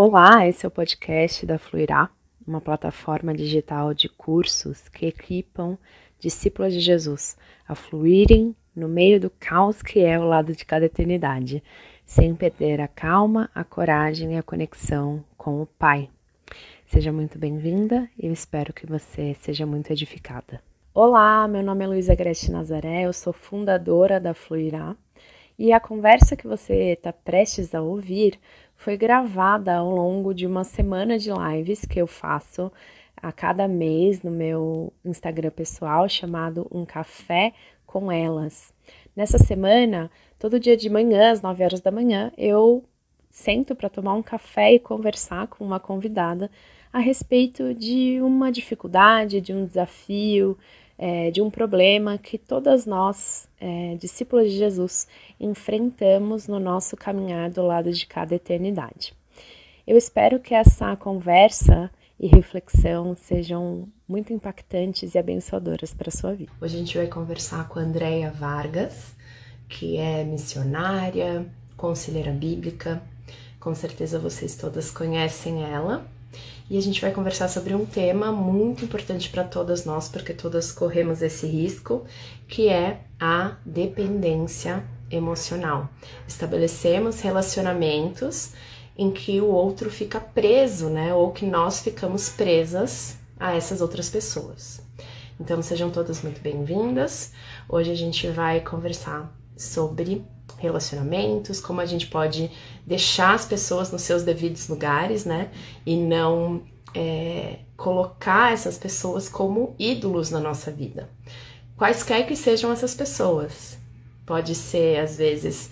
Olá, esse é o podcast da Fluirá, uma plataforma digital de cursos que equipam discípulos de Jesus a fluírem no meio do caos que é o lado de cada eternidade, sem perder a calma, a coragem e a conexão com o Pai. Seja muito bem-vinda e eu espero que você seja muito edificada. Olá, meu nome é Luísa Grete Nazaré, eu sou fundadora da Fluirá e a conversa que você está prestes a ouvir foi gravada ao longo de uma semana de lives que eu faço a cada mês no meu Instagram pessoal, chamado Um Café com Elas. Nessa semana, todo dia de manhã, às 9 horas da manhã, eu sento para tomar um café e conversar com uma convidada a respeito de uma dificuldade, de um desafio, de um problema que todas nós, discípulos de Jesus, enfrentamos no nosso caminhar do lado de cada eternidade. Eu espero que essa conversa e reflexão sejam muito impactantes e abençoadoras para a sua vida. Hoje a gente vai conversar com a Andréia Vargas, que é missionária, conselheira bíblica. Com certeza vocês todas conhecem ela. E a gente vai conversar sobre um tema muito importante para todas nós, porque todas corremos esse risco, que é a dependência emocional. Estabelecemos relacionamentos em que o outro fica preso, né? Ou que nós ficamos presas a essas outras pessoas. Então sejam todas muito bem-vindas. Hoje a gente vai conversar sobre relacionamentos, como a gente pode deixar as pessoas nos seus devidos lugares, né? E não colocar essas pessoas como ídolos na nossa vida. Quaisquer que sejam essas pessoas. Pode ser, às vezes,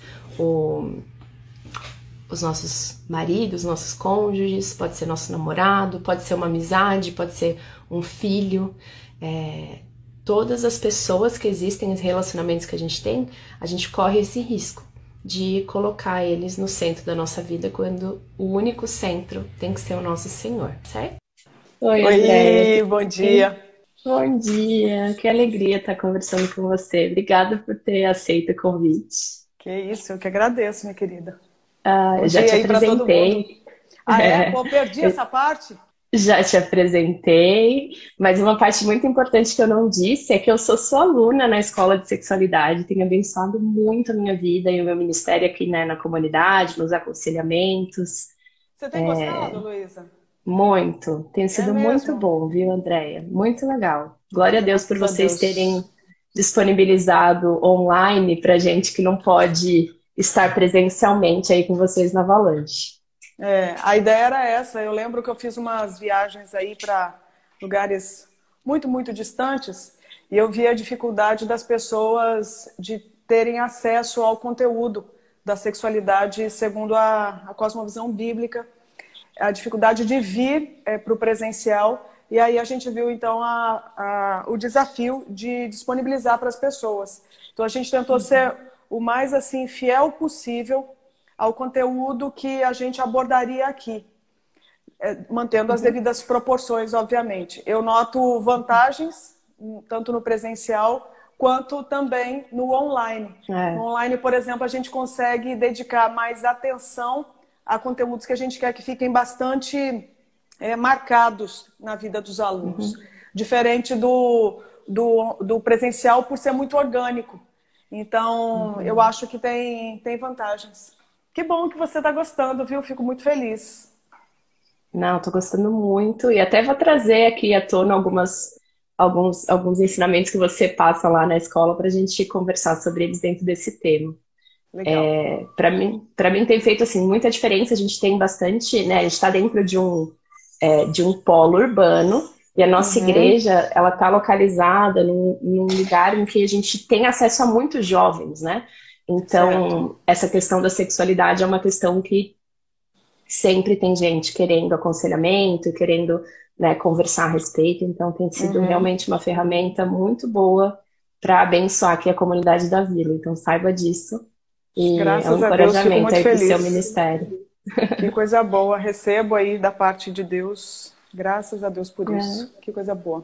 os nossos maridos, nossos cônjuges, pode ser nosso namorado, pode ser uma amizade, pode ser um filho. Todas as pessoas que existem, os relacionamentos que a gente corre esse risco de colocar eles no centro da nossa vida, quando o único centro tem que ser o nosso Senhor, certo? Oi, bom dia. Bom dia, que alegria estar conversando com você. Obrigada por ter aceito o convite. Que isso, eu que agradeço, minha querida. Eu já te apresentei. Pô, perdi essa parte? Já te apresentei, mas uma parte muito importante que eu não disse é que eu sou sua aluna na Escola de Sexualidade, tenho abençoado muito a minha vida e o meu ministério aqui, né, na comunidade, nos aconselhamentos. Você tem gostado, Luísa? Muito, tem sido muito bom, viu, Andréia? Muito legal. Glória a Deus por vocês terem disponibilizado online para gente que não pode estar presencialmente aí com vocês na Avalanche. A ideia era essa. Eu lembro que eu fiz umas viagens aí para lugares muito, muito distantes e eu vi a dificuldade das pessoas de terem acesso ao conteúdo da sexualidade segundo a cosmovisão bíblica, a dificuldade de vir para o presencial. E aí a gente viu, então, o desafio de disponibilizar para as pessoas. Então a gente tentou ser o mais assim fiel possível ao conteúdo que a gente abordaria aqui, mantendo as devidas proporções, obviamente. Eu noto vantagens, tanto no presencial, quanto também no online. No online, por exemplo, a gente consegue dedicar mais atenção a conteúdos que a gente quer que fiquem bastante marcados na vida dos alunos. Diferente do presencial, por ser muito orgânico. Então, eu acho que tem vantagens. Que bom que você está gostando, viu? Fico muito feliz. Não, estou gostando muito. E até vou trazer aqui à tona alguns ensinamentos que você passa lá na escola para a gente conversar sobre eles dentro desse tema. Legal. Para mim tem feito assim, muita diferença. A gente tem bastante, né? A gente está dentro de um polo urbano e a nossa igreja, ela está localizada num lugar em que a gente tem acesso a muitos jovens, né? Então, essa questão da sexualidade é uma questão que sempre tem gente querendo aconselhamento, querendo, né, conversar a respeito. Então, tem sido realmente uma ferramenta muito boa para abençoar aqui a comunidade da Vila. Então, saiba disso. E graças é um a Deus, fico encorajamento muito aí para o feliz. seu ministério. Que coisa boa. Recebo aí da parte de Deus. Graças a Deus por isso. Que coisa boa.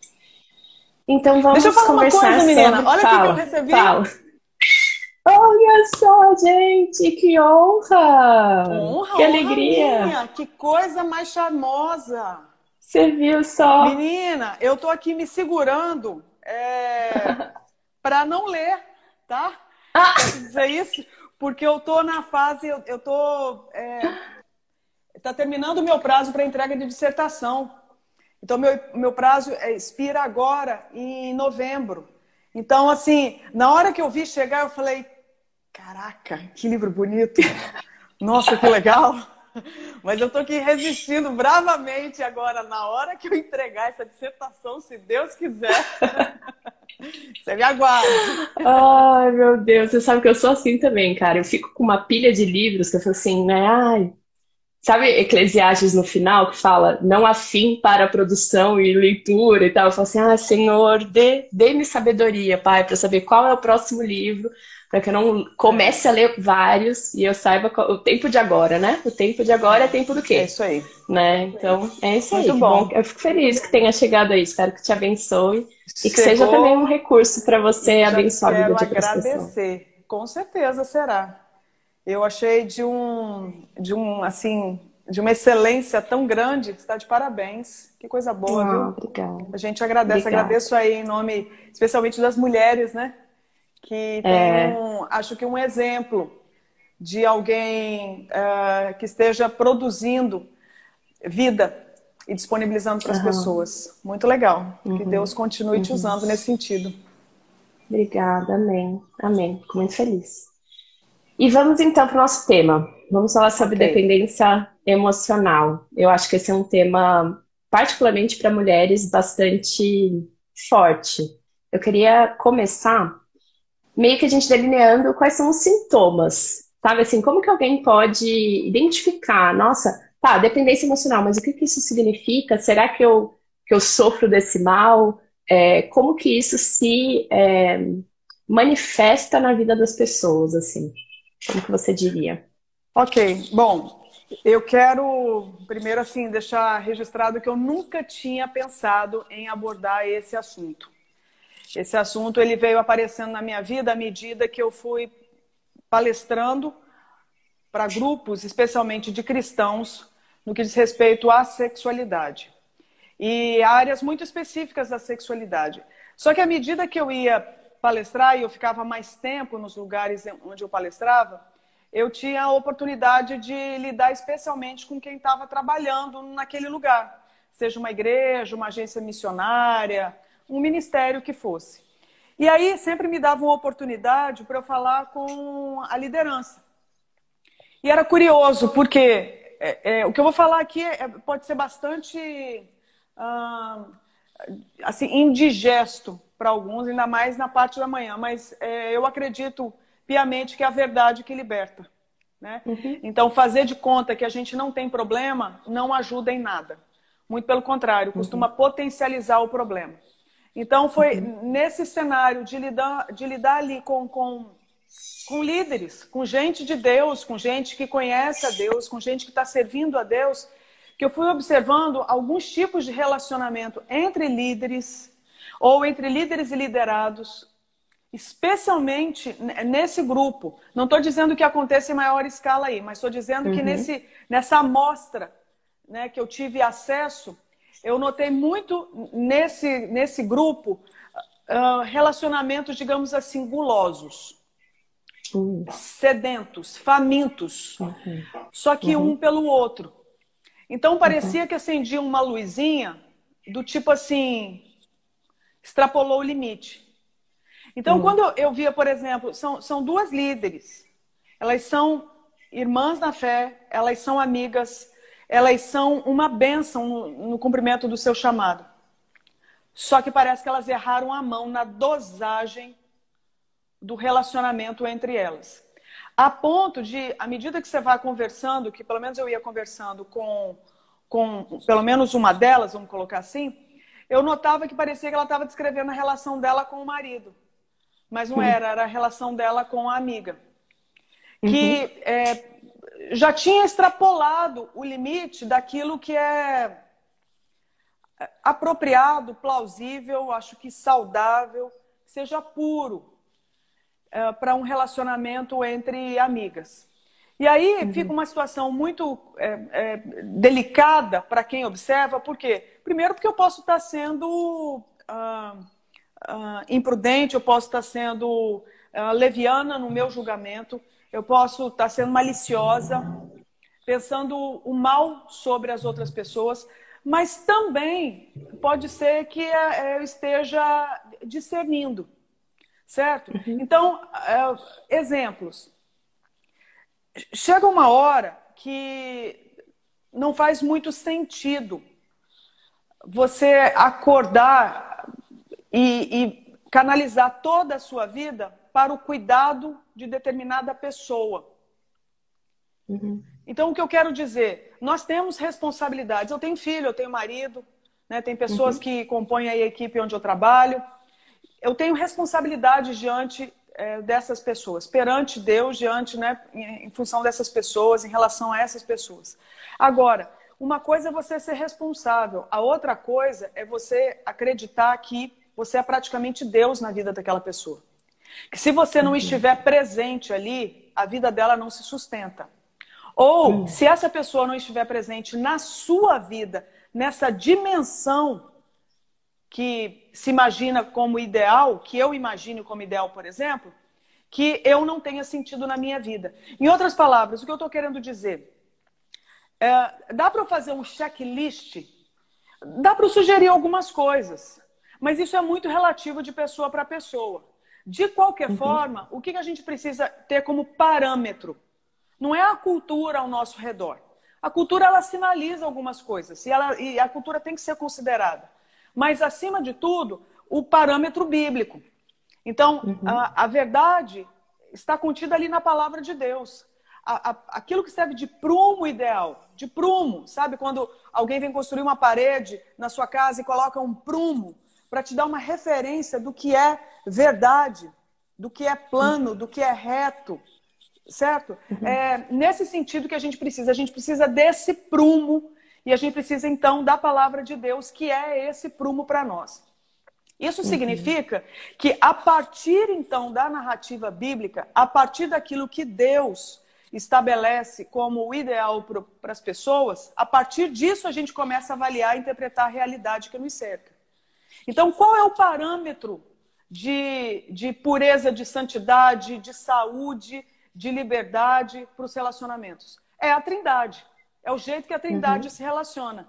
Então, vamos Deixa eu falar conversar uma coisa, menina. sobre... Olha o que eu recebi. Fala. Olha só, gente, que honra! Honra, Que honra alegria! minha! Que coisa mais charmosa! Você viu só? Menina, eu tô aqui me segurando para não ler, tá? Quero te Ah, dizer isso, porque eu tô na fase, eu tô tá terminando o meu prazo para entrega de dissertação. Então, meu prazo expira agora em novembro. Então, assim, na hora que eu vi chegar, eu falei: caraca, que livro bonito! Nossa, que legal! Mas eu tô aqui resistindo bravamente agora, na hora que eu entregar essa dissertação, se Deus quiser, você me aguarde. ai, meu Deus, você sabe que eu sou assim também, cara. Eu fico com uma pilha de livros que eu falo assim, né? Ai, sabe Eclesiastes no final que fala não há fim para a produção e leitura e tal? Eu falo assim, ah, Senhor, dê-me sabedoria, Pai, para saber qual é o próximo livro, para que eu não É, comece a ler vários e eu saiba o tempo de agora, né? O tempo de agora é tempo do é quê? isso aí. Né? Então, é isso aí, Muito que bom. bom. Eu fico feliz que tenha chegado aí, espero que te abençoe e que seja também um Chegou recurso para você e já abençoar a vida quero de outras pessoas. agradecer. Com certeza será. Eu achei assim, de uma excelência tão grande. Está de parabéns. Que coisa boa, Ah, viu? obrigada. A gente agradece. Obrigada. Agradeço aí em nome, especialmente das mulheres, né? Que tem É, acho que um exemplo de alguém que esteja produzindo vida e disponibilizando para as aham, pessoas. Muito legal. Que Deus uhum, continue te uhum. usando nesse sentido. Obrigada, amém. Amém. Fico muito feliz. E vamos então para o nosso tema. Vamos falar sobre Ok. dependência emocional. Eu acho que esse é um tema, particularmente para mulheres, bastante forte. Eu queria começar meio que a gente delineando quais são os sintomas, sabe? Assim, como que alguém pode identificar, nossa, tá, dependência emocional, mas o que que isso significa? Será que eu sofro desse mal? Como que isso se manifesta na vida das pessoas, assim? Como que você diria? Ok. Bom, eu quero primeiro assim deixar registrado que eu nunca tinha pensado em abordar esse assunto. Esse assunto ele veio aparecendo na minha vida à medida que eu fui palestrando para grupos, especialmente de cristãos, no que diz respeito à sexualidade. E áreas muito específicas da sexualidade. Só que à medida que eu ia palestrar e eu ficava mais tempo nos lugares onde eu palestrava, eu tinha a oportunidade de lidar especialmente com quem estava trabalhando naquele lugar, seja uma igreja, uma agência missionária, um ministério que fosse. E aí sempre me dava uma oportunidade para eu falar com a liderança. E era curioso, porque o que eu vou falar aqui pode ser bastante ah, assim, indigesto para alguns, ainda mais na parte da manhã, mas eu acredito piamente que é a verdade que liberta. Né? Uhum, Então, fazer de conta que a gente não tem problema não ajuda em nada. Muito pelo contrário, costuma uhum, potencializar o problema. Então, foi uhum, nesse cenário de lidar ali com líderes, com gente de Deus, com gente que conhece a Deus, com gente que está servindo a Deus, que eu fui observando alguns tipos de relacionamento entre líderes ou entre líderes e liderados, especialmente nesse grupo. Não estou dizendo que aconteça em maior escala aí, mas estou dizendo que uhum, nessa amostra, né, que eu tive acesso, eu notei muito nesse grupo relacionamentos, digamos assim, gulosos, uhum, sedentos, famintos, uhum, só que um uhum, pelo outro. Então uhum, parecia que acendia uma luzinha do tipo assim, extrapolou o limite. Então quando uhum, eu via, por exemplo, são duas líderes, elas são irmãs na fé, elas são amigas, elas são uma bênção no cumprimento do seu chamado. Só que parece que elas erraram a mão na dosagem do relacionamento entre elas. A ponto de, à medida que você vai conversando, que pelo menos eu ia conversando com pelo menos uma delas, vamos colocar assim, eu notava que parecia que ela estava descrevendo a relação dela com o marido. Mas não era, era a relação dela com a amiga. uhum, Que já tinha extrapolado o limite daquilo que é apropriado, plausível, acho que saudável, seja puro. para um relacionamento entre amigas. E aí fica uma situação muito delicada para quem observa, por quê? Primeiro porque eu posso estar sendo imprudente, eu posso estar sendo leviana no meu julgamento, eu posso estar sendo maliciosa, pensando o mal sobre as outras pessoas, mas também pode ser que eu esteja discernindo, certo? Então, exemplos. Chega uma hora que não faz muito sentido você acordar e canalizar toda a sua vida para o cuidado de determinada pessoa. Então, o que eu quero dizer? Nós temos responsabilidades. Eu tenho filho, eu tenho marido, né? Tem pessoas que compõem a equipe onde eu trabalho. Eu tenho responsabilidade diante dessas pessoas, perante Deus, diante, né, em função dessas pessoas, em relação a essas pessoas. Agora, uma coisa é você ser responsável, a outra coisa é você acreditar que você é praticamente Deus na vida daquela pessoa. Que se você não estiver presente ali, a vida dela não se sustenta. Ou, se essa pessoa não estiver presente na sua vida, nessa dimensão que se imagina como ideal, que eu imagino como ideal, por exemplo, que eu não tenha sentido na minha vida. Em outras palavras, o que eu estou querendo dizer? Dá para eu fazer um checklist? Dá para eu sugerir algumas coisas, mas isso é muito relativo de pessoa para pessoa. De qualquer forma, o que a gente precisa ter como parâmetro? Não é a cultura ao nosso redor. A cultura, ela sinaliza algumas coisas, e a cultura tem que ser considerada. Mas, acima de tudo, o parâmetro bíblico. Então, a verdade está contida ali na palavra de Deus. Aquilo que serve de prumo ideal, de prumo, sabe? Quando alguém vem construir uma parede na sua casa e coloca um prumo para te dar uma referência do que é verdade, do que é plano, do que é reto, certo? É nesse sentido que a gente precisa desse prumo. E a gente precisa, então, da palavra de Deus, que é esse prumo para nós. Isso significa que, a partir, então, da narrativa bíblica, a partir daquilo que Deus estabelece como o ideal para as pessoas, a partir disso a gente começa a avaliar e interpretar a realidade que nos cerca. Então, qual é o parâmetro de pureza, de santidade, de saúde, de liberdade para os relacionamentos? É a Trindade. É o jeito que a Trindade se relaciona.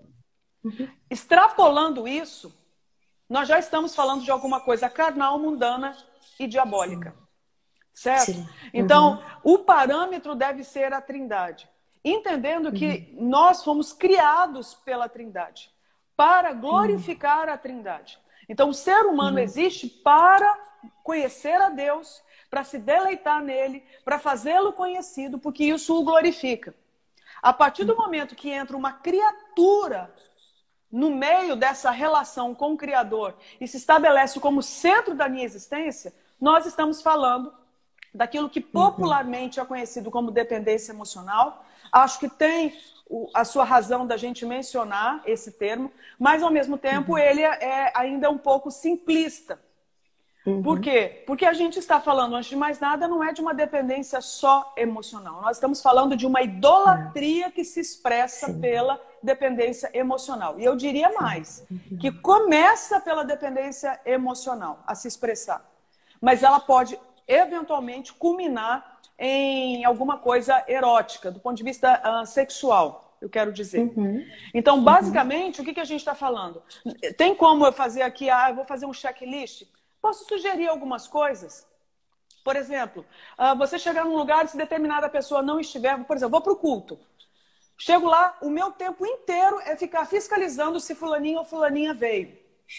Extrapolando isso, nós já estamos falando de alguma coisa carnal, mundana e diabólica. Certo? Então, o parâmetro deve ser a Trindade. Entendendo que nós fomos criados pela Trindade para glorificar a Trindade. Então, o ser humano existe para conhecer a Deus, para se deleitar nele, para fazê-lo conhecido, porque isso o glorifica. A partir do momento que entra uma criatura no meio dessa relação com o Criador e se estabelece como centro da minha existência, nós estamos falando daquilo que popularmente é conhecido como dependência emocional. Acho que tem a sua razão da gente mencionar esse termo, mas ao mesmo tempo ele é ainda um pouco simplista. Por quê? Porque a gente está falando, antes de mais nada, não é de uma dependência só emocional. Nós estamos falando de uma idolatria que se expressa pela dependência emocional. E eu diria mais, que começa pela dependência emocional a se expressar. Mas ela pode, eventualmente, culminar em alguma coisa erótica, do ponto de vista sexual, eu quero dizer. Então, basicamente, o que a gente está falando? Tem como eu fazer aqui, eu vou fazer um checklist? Posso sugerir algumas coisas? Por exemplo, você chegar num lugar e se determinada pessoa não estiver... Por exemplo, vou para o culto. Chego lá, o meu tempo inteiro é ficar fiscalizando se fulaninho ou fulaninha veio.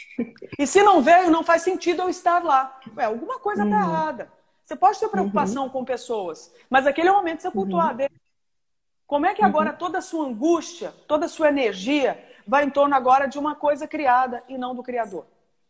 E se não veio, não faz sentido eu estar lá. Alguma coisa está errada. Você pode ter preocupação com pessoas, mas aquele é o momento de você cultuar a Deus. Como é que agora toda a sua angústia, toda a sua energia vai em torno agora de uma coisa criada e não do Criador?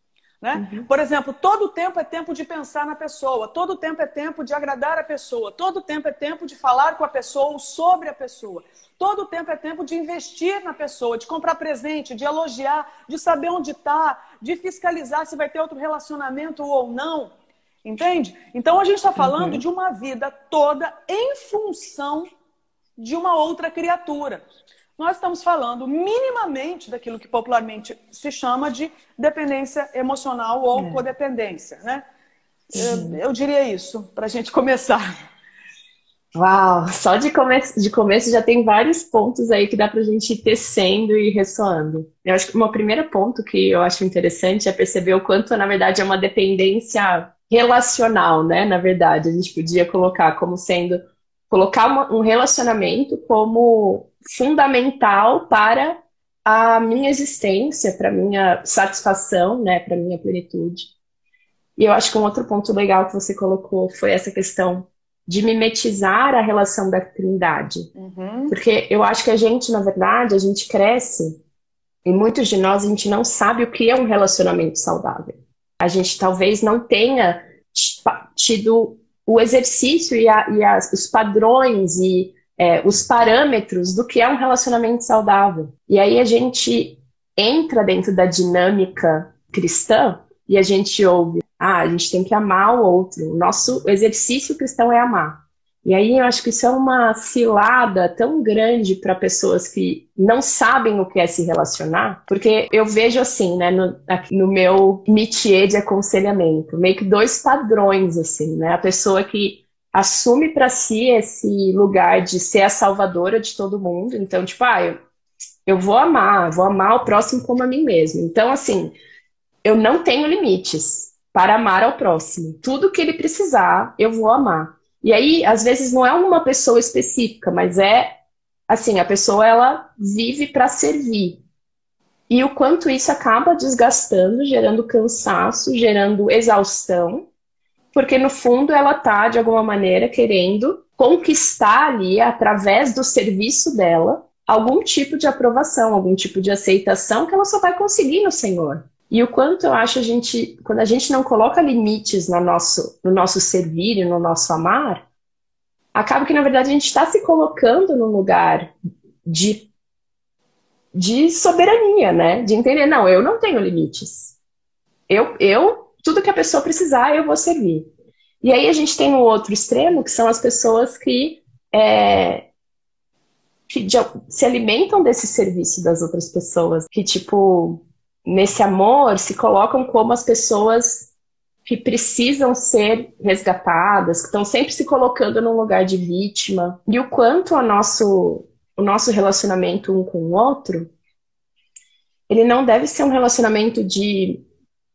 Né? Por exemplo, todo tempo é tempo de pensar na pessoa, todo tempo é tempo de agradar a pessoa, todo tempo é tempo de falar com a pessoa ou sobre a pessoa, todo tempo é tempo de investir na pessoa, de comprar presente, de elogiar, de saber onde está, de fiscalizar se vai ter outro relacionamento ou não. Entende? Então a gente está falando Uhum. de uma vida toda em função de uma outra criatura. Nós estamos falando minimamente daquilo que popularmente se chama de dependência emocional ou É. codependência, né? Uhum. Eu diria isso, para a gente começar. Uau, só de começo já tem vários pontos aí que dá pra gente ir tecendo e ressoando. Eu acho que um primeiro ponto que eu acho interessante é perceber o quanto, na verdade, é uma dependência relacional, né? Na verdade, a gente podia colocar como sendo, colocar um relacionamento como fundamental para a minha existência, para a minha satisfação, né? Para a minha plenitude. E eu acho que um outro ponto legal que você colocou foi essa questão de mimetizar a relação da Trindade. Uhum. Porque eu acho que a gente, na verdade, a gente cresce e muitos de nós a gente não sabe o que é um relacionamento saudável. A gente talvez não tenha tido o exercício os padrões e os parâmetros do que é um relacionamento saudável. E aí a gente entra dentro da dinâmica cristã e a gente ouve, a gente tem que amar o outro. O nosso exercício cristão é amar. E aí eu acho que isso é uma cilada tão grande para pessoas que não sabem o que é se relacionar, porque eu vejo assim, né, aqui no meu métier de aconselhamento, meio que dois padrões, assim, né? A pessoa que assume para si esse lugar de ser a salvadora de todo mundo, então, tipo, eu vou amar o próximo como a mim mesmo. Então, assim, eu não tenho limites para amar ao próximo. Tudo que ele precisar, eu vou amar. E aí, às vezes, não é uma pessoa específica, mas é assim, a pessoa ela vive para servir. E o quanto isso acaba desgastando, gerando cansaço, gerando exaustão, porque no fundo ela tá de alguma maneira querendo conquistar ali através do serviço dela algum tipo de aprovação, algum tipo de aceitação que ela só vai conseguir no Senhor. E o quanto eu acho quando a gente não coloca limites no nosso servir e no nosso amar, acaba que na verdade a gente está se colocando num lugar de, de soberania, né? De entender, não, eu não tenho limites. Tudo que a pessoa precisar, eu vou servir. E aí a gente tem o outro extremo, que são as pessoas é, que se alimentam desse serviço das outras pessoas, que, tipo, nesse amor, se colocam como as pessoas que precisam ser resgatadas, que estão sempre se colocando num lugar de vítima. E o quanto o nosso relacionamento um com o outro, ele não deve ser um relacionamento de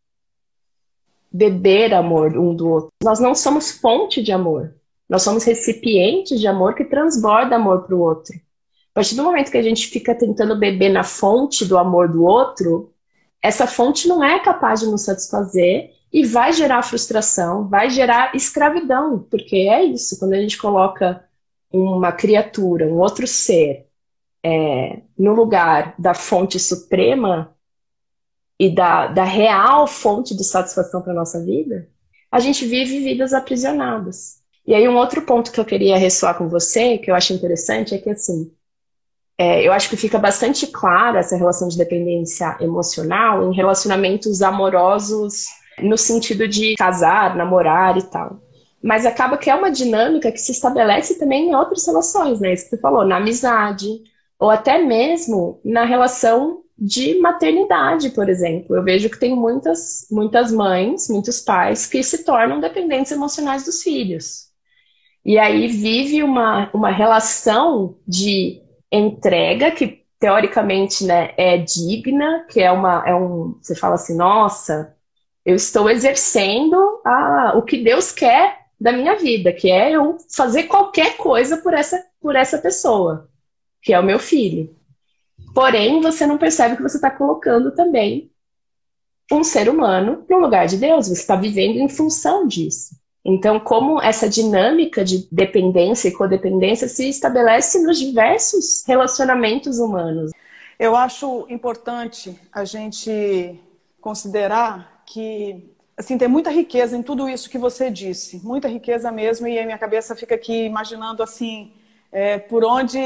beber amor um do outro. Nós não somos fonte de amor. Nós somos recipientes de amor que transborda amor para o outro. A partir do momento que a gente fica tentando beber na fonte do amor do outro, essa fonte não é capaz de nos satisfazer e vai gerar frustração, vai gerar escravidão, porque é isso, quando a gente coloca uma criatura, um outro ser, no lugar da fonte suprema e da real fonte de satisfação para a nossa vida, a gente vive vidas aprisionadas. E aí um outro ponto que eu queria ressoar com você, que eu acho interessante, é que assim, eu acho que fica bastante clara essa relação de dependência emocional em relacionamentos amorosos, no sentido de casar, namorar e tal. Mas acaba que é uma dinâmica que se estabelece também em outras relações, né? Isso que você falou, na amizade, ou até mesmo na relação de maternidade, por exemplo. Eu vejo que tem muitas mães, muitos pais que se tornam dependentes emocionais dos filhos. E aí vive uma relação de entrega que teoricamente, né, é digna, que você fala assim, nossa, eu estou exercendo o que Deus quer da minha vida, que é eu fazer qualquer coisa por essa pessoa, que é o meu filho. Porém, você não percebe que você está colocando também um ser humano no lugar de Deus, você está vivendo em função disso. Então, como essa dinâmica de dependência e codependência se estabelece nos diversos relacionamentos humanos. Eu acho importante a gente considerar que assim, tem muita riqueza em tudo isso que você disse, muita riqueza mesmo, e a minha cabeça fica aqui imaginando assim, por onde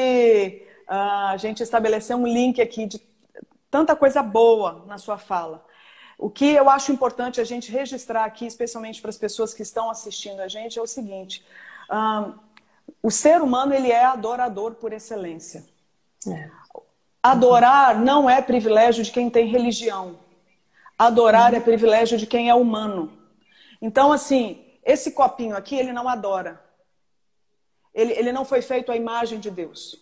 a gente estabeleceu um link aqui de tanta coisa boa na sua fala. o que eu acho importante a gente registrar aqui, especialmente para as pessoas que estão assistindo a gente, é o seguinte: o ser humano, ele é adorador por excelência. Adorar não é privilégio de quem tem religião. Adorar é privilégio de quem é humano. Então, assim, esse copinho aqui, ele não adora. Ele não foi feito à imagem de Deus.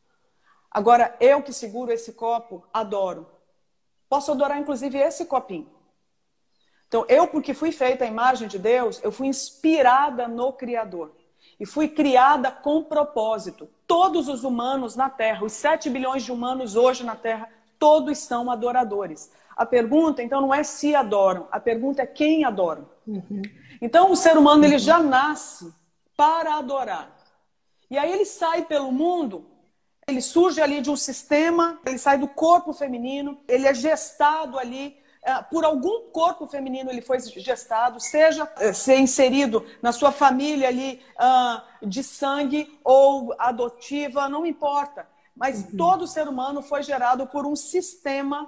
Agora, eu que seguro esse copo, adoro. Posso adorar, inclusive, esse copinho. Então, eu, porque fui feita à imagem de Deus, eu fui inspirada no Criador. E fui criada com propósito. Todos os humanos na Terra, os 7 bilhões de humanos hoje na Terra, todos são adoradores. A pergunta, então, não é se adoram. A pergunta é quem adora. Então, o ser humano, ele já nasce para adorar. E aí ele sai pelo mundo, ele surge ali de um sistema, ele sai do corpo feminino, ele é gestado ali, por algum corpo feminino ele foi gestado, seja ser inserido na sua família ali de sangue ou adotiva, não importa. Mas todo ser humano foi gerado por um sistema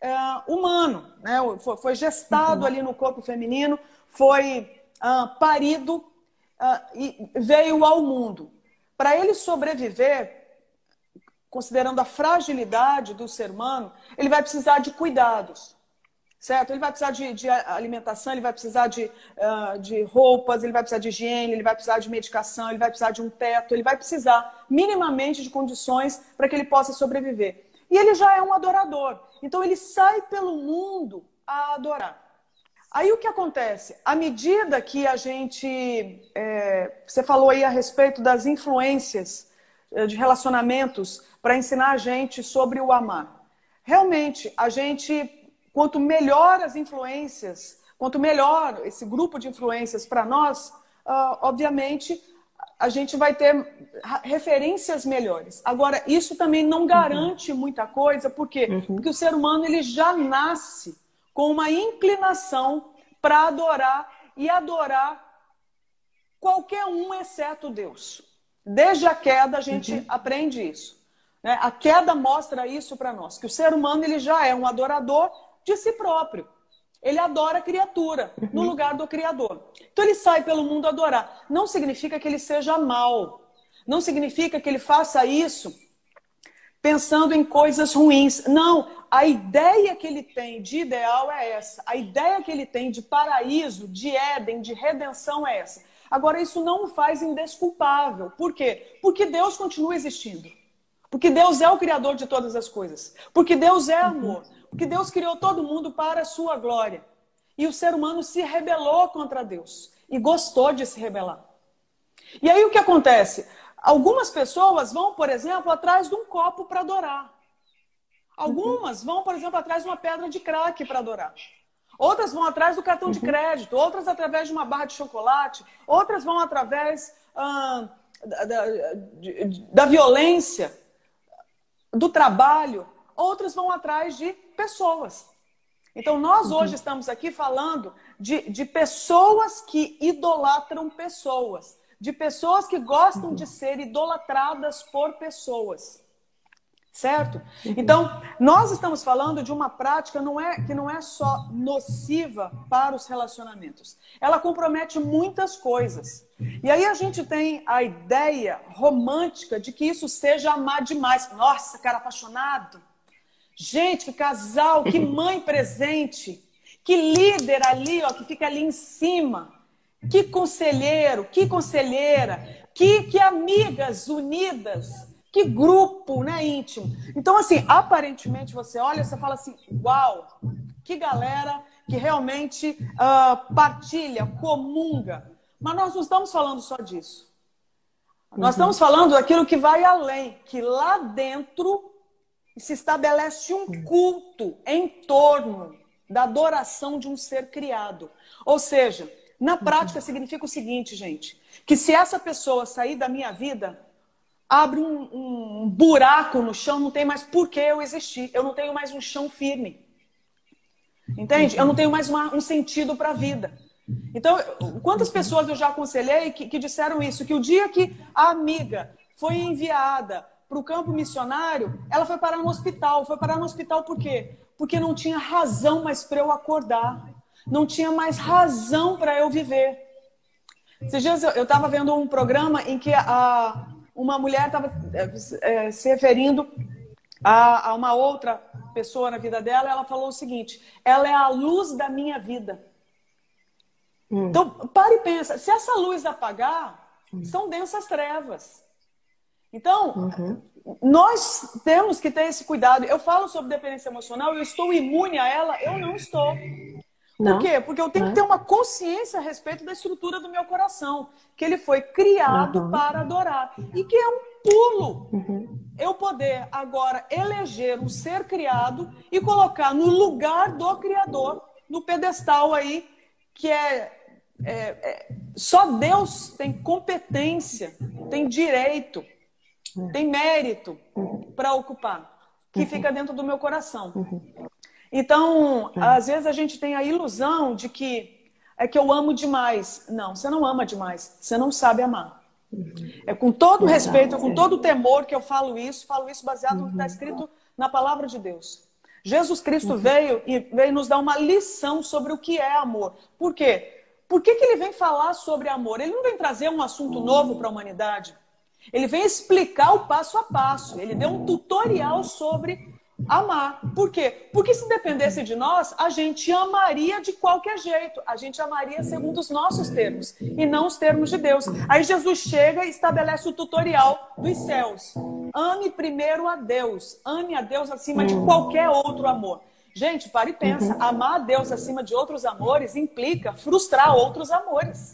humano, né? Foi gestado ali no corpo feminino, foi parido e veio ao mundo. Para ele sobreviver, considerando a fragilidade do ser humano, ele vai precisar de cuidados, certo? Ele vai precisar de alimentação, ele vai precisar de roupas, ele vai precisar de higiene, ele vai precisar de medicação, ele vai precisar de um teto, ele vai precisar minimamente de condições para que ele possa sobreviver. E ele já é um adorador, então ele sai pelo mundo a adorar. Aí o que acontece? À medida que a gente... você falou aí a respeito das influências de relacionamentos para ensinar a gente sobre o amar. Realmente, a gente, quanto melhor as influências, quanto melhor esse grupo de influências para nós, obviamente, a gente vai ter referências melhores. Agora, isso também não garante muita coisa, por quê? Porque o ser humano, ele já nasce com uma inclinação para adorar e adorar qualquer um exceto Deus. Desde a queda a gente aprende isso, né? A queda mostra isso para nós, que o ser humano, ele já é um adorador de si próprio. Ele adora a criatura no lugar do Criador. Então ele sai pelo mundo adorar. Não significa que ele seja mau. Não significa que ele faça isso pensando em coisas ruins. Não, a ideia que ele tem de ideal é essa. A ideia que ele tem de paraíso, de Éden, de redenção é essa. Agora, isso não o faz indesculpável. Por quê? Porque Deus continua existindo. Porque Deus é o Criador de todas as coisas. Porque Deus é amor. Porque Deus criou todo mundo para a sua glória. E o ser humano se rebelou contra Deus. E gostou de se rebelar. E aí o que acontece? Algumas pessoas vão, por exemplo, atrás de um copo para adorar. Algumas vão, por exemplo, atrás de uma pedra de crack para adorar. Outras vão atrás do cartão de crédito. Outras através de uma barra de chocolate. Outras vão através da violência, do trabalho. Outras vão atrás de pessoas. Então, nós hoje estamos aqui falando de pessoas que idolatram pessoas. De pessoas que gostam de ser idolatradas por pessoas. Certo? Então, nós estamos falando de uma prática que não é só nociva para os relacionamentos. Ela compromete muitas coisas. E aí a gente tem a ideia romântica de que isso seja amar demais. Nossa, cara apaixonado. Gente, que casal, que mãe presente. Que líder ali, ó, que fica ali em cima. Que conselheiro, que conselheira. Que amigas unidas. Que grupo, né, íntimo. Então, assim, aparentemente você olha e você fala assim, uau, que galera que realmente partilha, comunga. Mas nós não estamos falando só disso. Nós estamos falando daquilo que vai além, que lá dentro se estabelece um culto em torno da adoração de um ser criado. Ou seja, na prática significa o seguinte, gente, que se essa pessoa sair da minha vida, abre um buraco no chão, não tem mais por que eu existir. Eu não tenho mais um chão firme. Entende? Eu não tenho mais um sentido para a vida. Então, quantas pessoas eu já aconselhei que disseram isso? Que o dia que a amiga foi enviada o campo missionário, ela foi parar no hospital. Foi parar no hospital por quê? Porque não tinha razão mais para eu acordar. Não tinha mais razão para eu viver. Esses dias eu estava vendo um programa em que uma mulher estava se referindo a uma outra pessoa na vida dela. Ela falou o seguinte: ela é a luz da minha vida. Então, pare e pensa, se essa luz apagar, são densas trevas. Então, nós temos que ter esse cuidado. Eu falo sobre dependência emocional, eu estou imune a ela? Eu não estou. Por quê? Porque eu tenho que ter uma consciência a respeito da estrutura do meu coração, que ele foi criado para adorar. E que é um pulo eu poder agora eleger um ser criado e colocar no lugar do Criador, no pedestal aí, que só Deus tem competência, tem direito, tem mérito para ocupar, que fica dentro do meu coração. Então, às vezes a gente tem a ilusão de que é que eu amo demais. Não, você não ama demais, você não sabe amar. É com todo respeito, com todo temor que eu falo isso baseado no que está escrito na palavra de Deus. Jesus Cristo veio nos dar uma lição sobre o que é amor. Por quê? Por que ele vem falar sobre amor? Ele não vem trazer um assunto novo para a humanidade. Ele vem explicar o passo a passo. Ele deu um tutorial sobre amar. Por quê? Porque se dependesse de nós, a gente amaria de qualquer jeito. A gente amaria segundo os nossos termos e não os termos de Deus. Aí Jesus chega e estabelece o tutorial dos céus. Ame primeiro a Deus. Ame a Deus acima de qualquer outro amor. Gente, para e pensa. Amar a Deus acima de outros amores implica frustrar outros amores.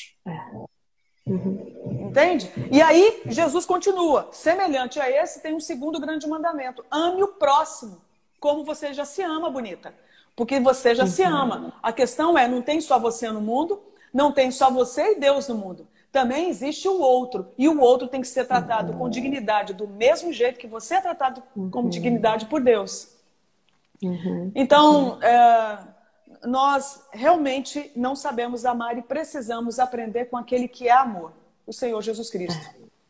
Entende? E aí, Jesus continua. Semelhante a esse, tem um segundo grande mandamento. Ame o próximo, como você já se ama, bonita. Porque você já se ama. A questão é, não tem só você no mundo, não tem só você e Deus no mundo. Também existe o outro. E o outro tem que ser tratado com dignidade, do mesmo jeito que você é tratado com dignidade por Deus. Então, nós realmente não sabemos amar e precisamos aprender com aquele que é amor, o Senhor Jesus Cristo.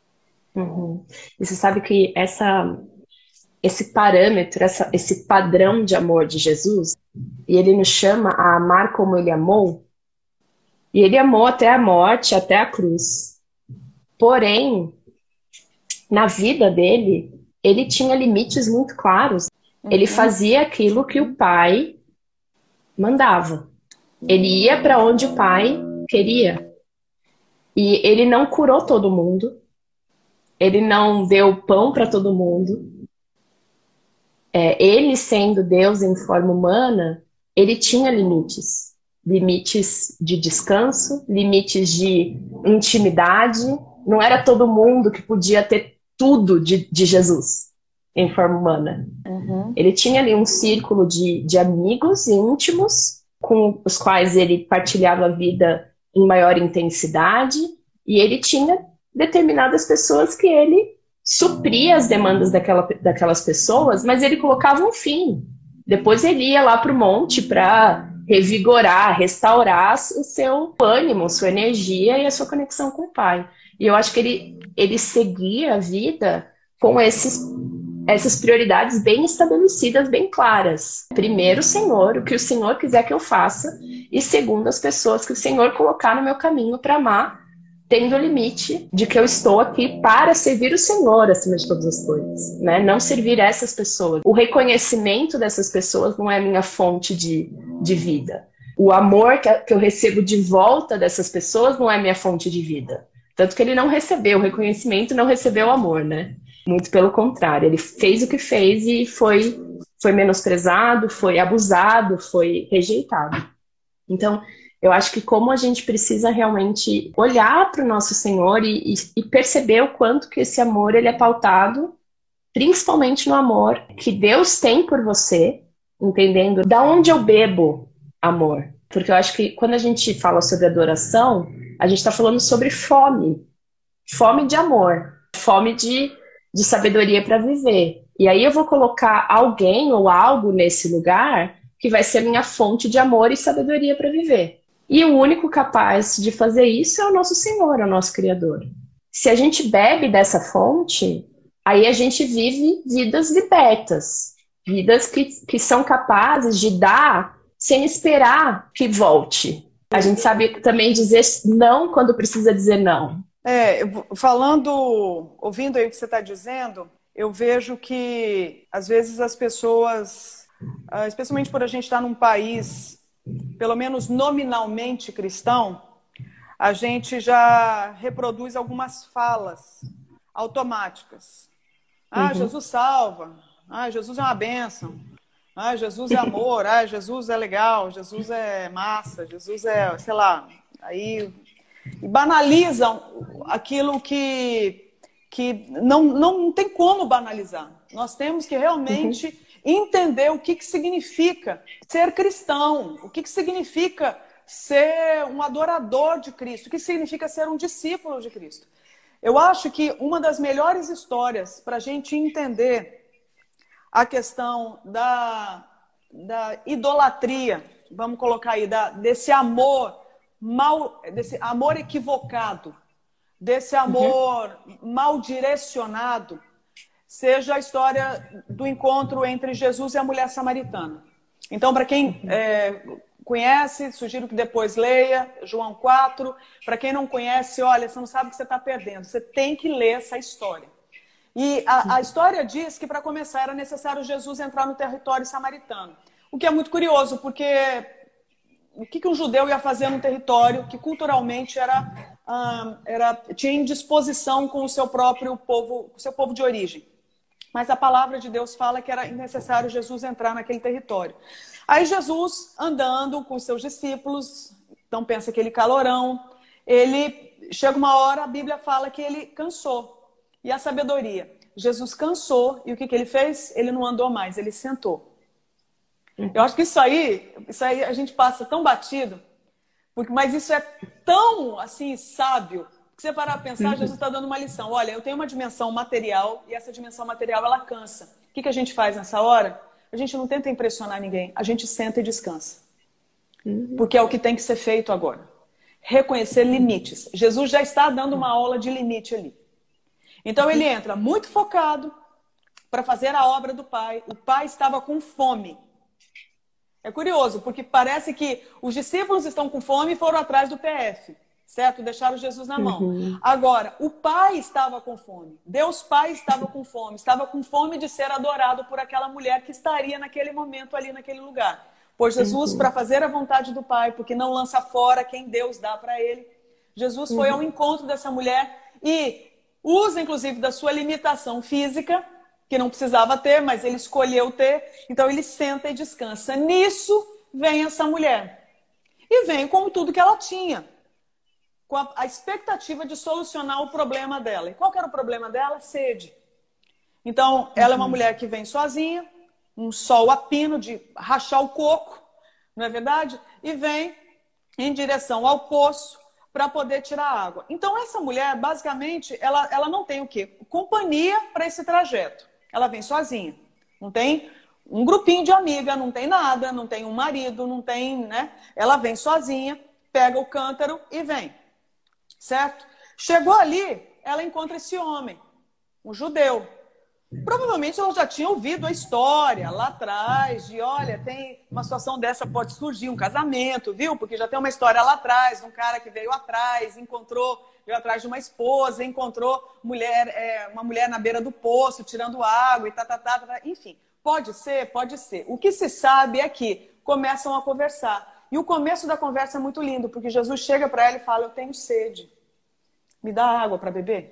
E você sabe que esse parâmetro, esse padrão de amor de Jesus, e ele nos chama a amar como ele amou, e ele amou até a morte, até a cruz. Porém, na vida dele, ele tinha limites muito claros. Ele fazia aquilo que o Pai mandava. Ele ia para onde o Pai queria. E ele não curou todo mundo. Ele não deu pão para todo mundo. Ele, sendo Deus em forma humana, ele tinha limites. Limites de descanso, limites de intimidade. Não era todo mundo que podia ter tudo de Jesus em forma humana. Ele tinha ali um círculo de amigos íntimos com os quais ele partilhava a vida em maior intensidade, e ele tinha determinadas pessoas que ele supria as demandas daquelas pessoas, mas ele colocava um fim. Depois ele ia lá para o monte para revigorar, restaurar o seu ânimo, sua energia e a sua conexão com o Pai. E eu acho que ele seguia a vida com essas prioridades bem estabelecidas, bem claras. Primeiro, o Senhor, o que o Senhor quiser que eu faça, e segundo, as pessoas que o Senhor colocar no meu caminho para amar, tendo o limite de que eu estou aqui para servir o Senhor acima de todas as coisas, né? Não servir essas pessoas. O reconhecimento dessas pessoas não é a minha fonte de vida. O amor que eu recebo de volta dessas pessoas não é minha fonte de vida. Tanto que ele não recebeu o reconhecimento, não recebeu o amor, né? Muito pelo contrário, ele fez o que fez e foi menosprezado, foi abusado, foi rejeitado. Então, eu acho que como a gente precisa realmente olhar para o nosso Senhor e perceber o quanto que esse amor ele é pautado, principalmente no amor que Deus tem por você, entendendo da onde eu bebo amor. Porque eu acho que quando a gente fala sobre adoração, a gente está falando sobre fome de amor, fome de sabedoria para viver. E aí eu vou colocar alguém ou algo nesse lugar que vai ser minha fonte de amor e sabedoria para viver. E o único capaz de fazer isso é o nosso Senhor, é o nosso Criador. Se a gente bebe dessa fonte, aí a gente vive vidas libertas, vidas que são capazes de dar sem esperar que volte. A gente sabe também dizer não quando precisa dizer não. Ouvindo aí o que você está dizendo, eu vejo que às vezes as pessoas, especialmente por a gente estar num país, pelo menos nominalmente cristão, a gente já reproduz algumas falas automáticas. Jesus salva. Jesus é uma bênção. Jesus é amor. Jesus é legal. Jesus é massa. Jesus é, sei lá. Aí banalizam aquilo que não tem como banalizar. Nós temos que realmente entender o que significa ser cristão, o que significa ser um adorador de Cristo, o que significa ser um discípulo de Cristo. Eu acho que uma das melhores histórias para a gente entender a questão da idolatria, vamos colocar aí, desse amor equivocado, desse amor mal direcionado, seja a história do encontro entre Jesus e a mulher samaritana. Então, para quem conhece, sugiro que depois leia João 4. Para quem não conhece, olha, você não sabe o que você está perdendo. Você tem que ler essa história. E a história diz que, para começar, era necessário Jesus entrar no território samaritano. O que é muito curioso, porque o que um judeu ia fazer num território que culturalmente tinha indisposição com o seu próprio povo, o seu povo de origem. Mas a palavra de Deus fala que era necessário Jesus entrar naquele território. Aí Jesus, andando com os seus discípulos, então pensa aquele calorão, chega uma hora, a Bíblia fala que ele cansou. E a sabedoria? Jesus cansou, e o que ele fez? Ele não andou mais, ele sentou. Eu acho que isso aí a gente passa tão batido, mas isso é tão, assim, sábio, que você parar a pensar, Jesus está dando uma lição. Olha, eu tenho uma dimensão material, e essa dimensão material, ela cansa. O que a gente faz nessa hora? A gente não tenta impressionar ninguém, a gente senta e descansa. Porque é o que tem que ser feito agora. Reconhecer limites. Jesus já está dando uma aula de limite ali. Então ele entra muito focado para fazer a obra do Pai. O Pai estava com fome. É curioso, porque parece que os discípulos estão com fome e foram atrás do PF, certo? Deixaram Jesus na mão. Agora, o Pai estava com fome. Deus Pai estava com fome de ser adorado por aquela mulher que estaria naquele momento ali naquele lugar. Pois Jesus, para fazer a vontade do Pai, porque não lança fora quem Deus dá para ele, Jesus foi ao encontro dessa mulher e usa, inclusive, da sua limitação física, que não precisava ter, mas ele escolheu ter. Então ele senta e descansa. Nisso vem essa mulher. E vem com tudo que ela tinha. Com a expectativa de solucionar o problema dela. E qual que era o problema dela? Sede. Então, ela é uma mulher que vem sozinha, um sol a pino de rachar o coco, não é verdade? E vem em direção ao poço para poder tirar água. Então, essa mulher, basicamente, ela não tem o quê? Companhia para esse trajeto. Ela vem sozinha. Não tem um grupinho de amiga, não tem nada, não tem um marido, não tem, né? Ela vem sozinha, pega o cântaro e vem. Certo? Chegou ali, ela encontra esse homem, um judeu. Provavelmente ela já tinha ouvido a história lá atrás, de olha, tem uma situação dessa, pode surgir um casamento, viu? Porque já tem uma história lá atrás, um cara que veio atrás, veio atrás de uma esposa, encontrou uma mulher na beira do poço, tirando água e enfim, pode ser, pode ser. O que se sabe é que começam a conversar. E o começo da conversa é muito lindo, porque Jesus chega para ela e fala, eu tenho sede, me dá água para beber?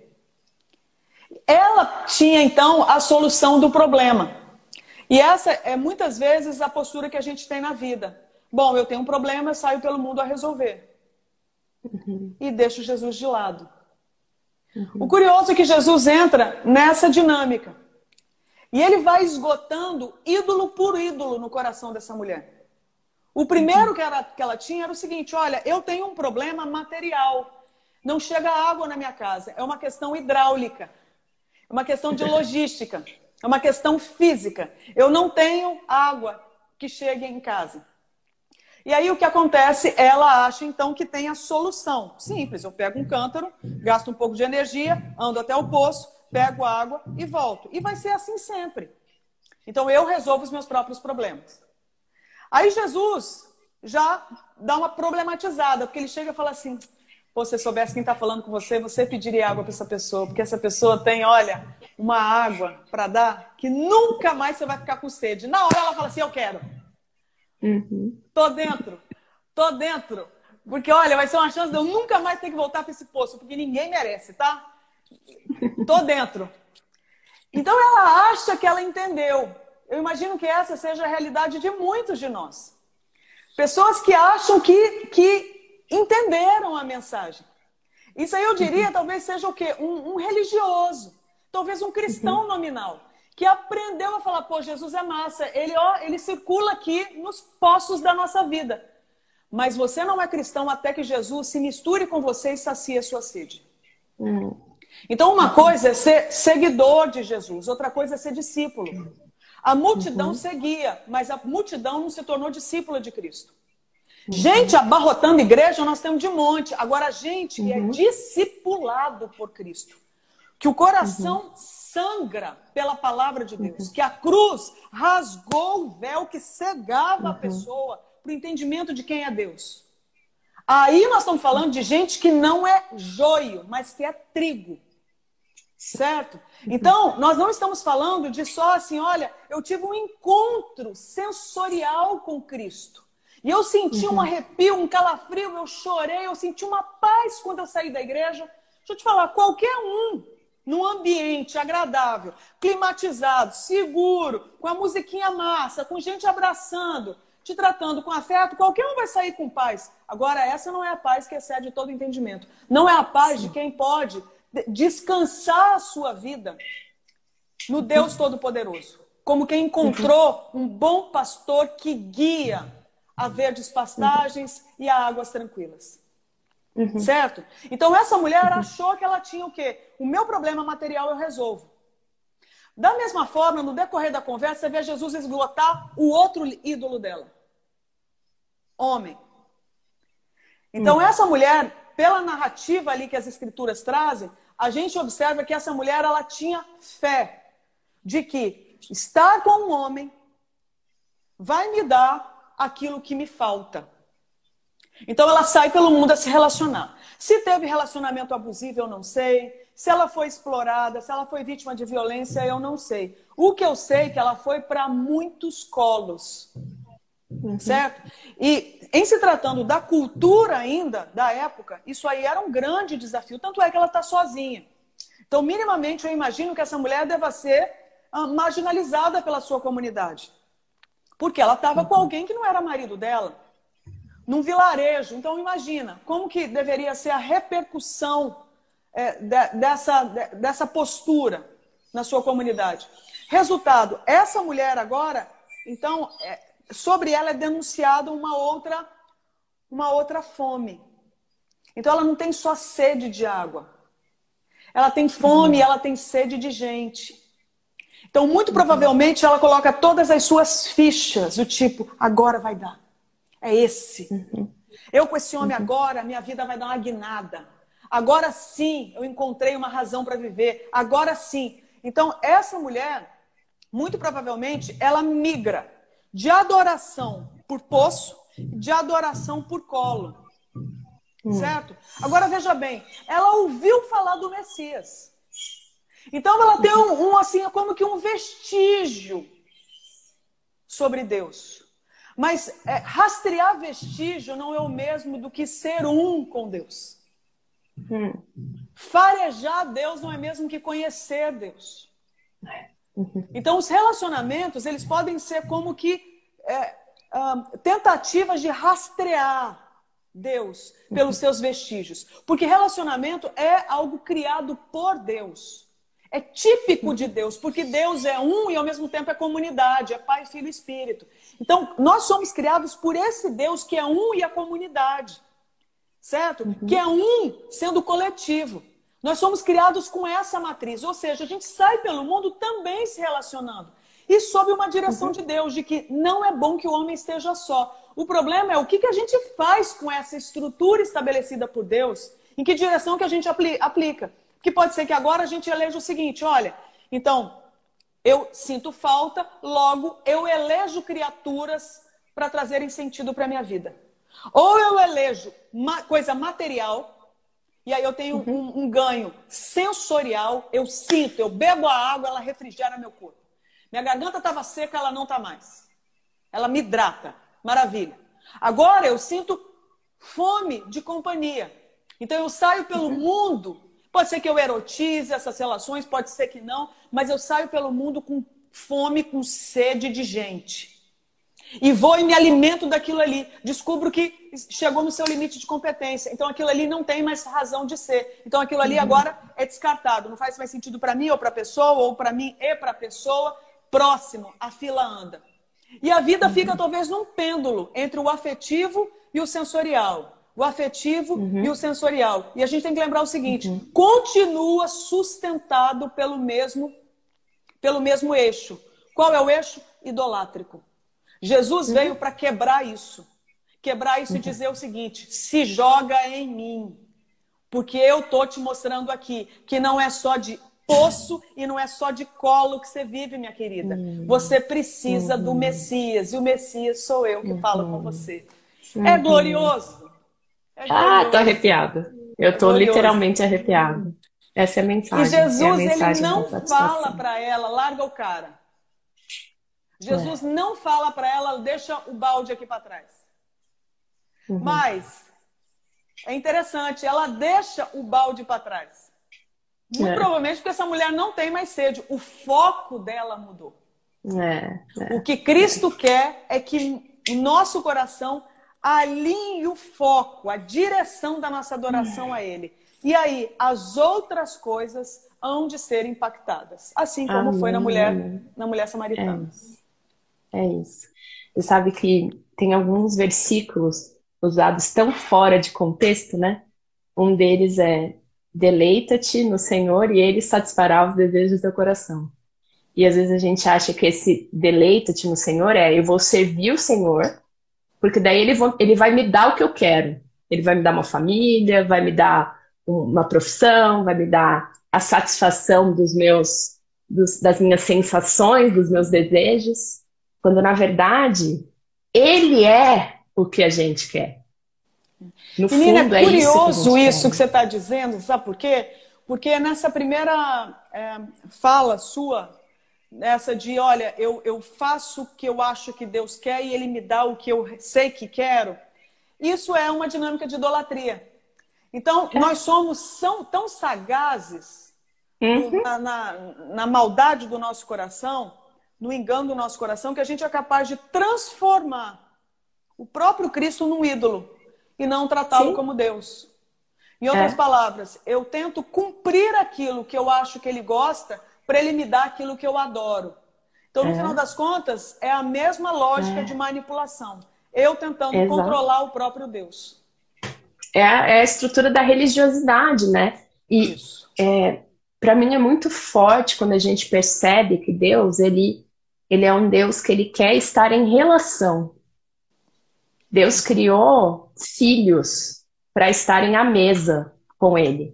Ela tinha, então, a solução do problema. E essa é, muitas vezes, a postura que a gente tem na vida. Bom, eu tenho um problema, eu saio pelo mundo a resolver. E deixo Jesus de lado. O curioso é que Jesus entra nessa dinâmica. E ele vai esgotando ídolo por ídolo no coração dessa mulher. O primeiro que ela tinha era o seguinte, olha, eu tenho um problema material. Não chega água na minha casa. É uma questão hidráulica. É uma questão de logística. É uma questão física. Eu não tenho água que chegue em casa. E aí o que acontece? Ela acha então que tem a solução. Simples, eu pego um cântaro, gasto um pouco de energia, ando até o poço, pego água e volto. E vai ser assim sempre. Então eu resolvo os meus próprios problemas. Aí Jesus já dá uma problematizada, porque ele chega e fala assim: pô, se você soubesse quem está falando com você, você pediria água para essa pessoa, porque essa pessoa tem, olha, uma água para dar que nunca mais você vai ficar com sede. Na hora ela fala assim: eu quero. Tô dentro. Tô dentro. Porque, olha, vai ser uma chance de eu nunca mais ter que voltar para esse poço, porque ninguém merece, tá? Tô dentro. Então ela acha que ela entendeu. Eu imagino que essa seja a realidade de muitos de nós. Pessoas que acham que entenderam a mensagem. Isso aí eu diria talvez seja o quê? Um religioso. Talvez um cristão nominal. Que aprendeu a falar: pô, Jesus é massa. Ele circula aqui nos poços da nossa vida. Mas você não é cristão até que Jesus se misture com você e sacie a sua sede. Então uma coisa é ser seguidor de Jesus, outra coisa é ser discípulo. A multidão seguia, mas a multidão não se tornou discípula de Cristo. Gente abarrotando igreja nós temos de monte. Agora, gente que é discipulado por Cristo, que o coração sangra pela palavra de Deus, que a cruz rasgou o véu que cegava a pessoa para o entendimento de quem é Deus. Aí nós estamos falando de gente que não é joio, mas que é trigo. Certo? Então, nós não estamos falando de só assim: olha, eu tive um encontro sensorial com Cristo. E eu senti um arrepio, um calafrio, eu chorei, eu senti uma paz quando eu saí da igreja. Deixa eu te falar, qualquer um, num ambiente agradável, climatizado, seguro, com a musiquinha massa, com gente abraçando, te tratando com afeto, qualquer um vai sair com paz. Agora, essa não é a paz que excede todo entendimento. Não é a paz de quem pode descansar a sua vida no Deus Todo-Poderoso. Como quem encontrou um bom pastor que guia a verdes pastagens e a águas tranquilas. Certo? Então essa mulher achou que ela tinha o quê? O meu problema material eu resolvo. Da mesma forma, no decorrer da conversa, você vê Jesus esgotar o outro ídolo dela. Homem. Então essa mulher, pela narrativa ali que as escrituras trazem, a gente observa que essa mulher, ela tinha fé de que estar com um homem vai me dar aquilo que me falta. Então ela sai pelo mundo a se relacionar. Se teve relacionamento abusivo, eu não sei. Se ela foi explorada, se ela foi vítima de violência, eu não sei. O que eu sei é que ela foi para muitos colos. Certo? E em se tratando da cultura ainda, da época, isso aí era um grande desafio. Tanto é que ela está sozinha. Então, minimamente, eu imagino que essa mulher deva ser marginalizada pela sua comunidade. Porque ela estava com alguém que não era marido dela. Num vilarejo. Então, imagina, como que deveria ser a repercussão dessa postura na sua comunidade. Resultado, essa mulher agora, então, sobre ela é denunciada uma outra fome. Então, ela não tem só sede de água. Ela tem fome e ela tem sede de gente. Então, muito provavelmente, ela coloca todas as suas fichas, do tipo, agora vai dar. É esse. Eu com esse homem agora, minha vida vai dar uma guinada. Agora sim, eu encontrei uma razão para viver. Agora sim. Então, essa mulher, muito provavelmente, ela migra de adoração por poço, de adoração por colo. Certo? Agora, veja bem, ela ouviu falar do Messias. Então, ela tem assim, como que um vestígio sobre Deus. Mas rastrear vestígio não é o mesmo do que ser um com Deus. Farejar Deus não é mesmo que conhecer Deus. Então, os relacionamentos, eles podem ser como que tentativas de rastrear Deus pelos seus vestígios. Porque relacionamento é algo criado por Deus. É típico de Deus, porque Deus é um e ao mesmo tempo é comunidade, é Pai, Filho e Espírito. Então, nós somos criados por esse Deus que é um e a comunidade, certo? Que é um sendo coletivo. Nós somos criados com essa matriz, ou seja, a gente sai pelo mundo também se relacionando. E sob uma direção de Deus, de que não é bom que o homem esteja só. O problema é o que a gente faz com essa estrutura estabelecida por Deus, em que direção que a gente aplica. Porque Que pode ser que agora a gente eleja o seguinte, olha, então, eu sinto falta, logo eu elejo criaturas para trazerem sentido para a minha vida. Ou eu elejo coisa material, e aí eu tenho um ganho sensorial, eu sinto, eu bebo a água, ela refrigera meu corpo. Minha garganta estava seca, ela não está mais. Ela me hidrata, maravilha. Agora eu sinto fome de companhia. Então eu saio pelo mundo, pode ser que eu erotize essas relações, pode ser que não, mas eu saio pelo mundo com fome, com sede de gente. E vou e me alimento daquilo ali. Descubro que chegou no seu limite de competência. Então aquilo ali não tem mais razão de ser. Então aquilo ali agora é descartado. Não faz mais sentido para mim ou para a pessoa, ou para mim e para a pessoa. Próximo, a fila anda. E a vida fica talvez num pêndulo entre o afetivo e o sensorial. O afetivo e o sensorial. E a gente tem que lembrar o seguinte, continua sustentado pelo mesmo eixo. Qual é o eixo? Idolátrico. Jesus veio para quebrar isso. Quebrar isso e dizer o seguinte, se joga em mim. Porque eu tô te mostrando aqui que não é só de poço e não é só de colo que você vive, minha querida. Você precisa do Messias. E o Messias sou eu que falo com você. É glorioso. É glorioso. Tô arrepiada. Eu tô literalmente arrepiada. Essa é a mensagem. E Jesus, ele não fala para ela, larga o cara. Jesus não fala para ela, deixa o balde aqui para trás. Mas é interessante, ela deixa o balde para trás. Muito provavelmente porque essa mulher não tem mais sede. O foco dela mudou. O que Cristo quer é que o nosso coração alinhe o foco, a direção da nossa adoração a Ele. E aí, as outras coisas hão de ser impactadas. Assim como foi na mulher samaritana. É isso. Você sabe que tem alguns versículos usados tão fora de contexto, né? Um deles é: deleita-te no Senhor e Ele satisfará os desejos do teu coração. E às vezes a gente acha que esse deleita-te no Senhor eu vou servir o Senhor, porque daí ele vai me dar o que eu quero. Ele vai me dar uma família, vai me dar uma profissão, vai me dar a satisfação das minhas sensações, dos meus desejos. Quando, na verdade, Ele é o que a gente quer. No Menina, fundo, é curioso isso que você está dizendo, sabe por quê? Porque nessa primeira fala sua, essa de, olha, eu faço o que eu acho que Deus quer e Ele me dá o que eu sei que quero, isso é uma dinâmica de idolatria. Então, nós somos tão sagazes na maldade do nosso coração, no engano do nosso coração, que a gente é capaz de transformar o próprio Cristo num ídolo e não tratá-lo como Deus. Em outras palavras, eu tento cumprir aquilo que eu acho que Ele gosta para Ele me dar aquilo que eu adoro. Então, no final das contas, é a mesma lógica de manipulação. Eu tentando controlar o próprio Deus. É a estrutura da religiosidade, né? E para mim é muito forte quando a gente percebe que Deus, ele é um Deus que Ele quer estar em relação. Deus criou filhos para estarem à mesa com Ele.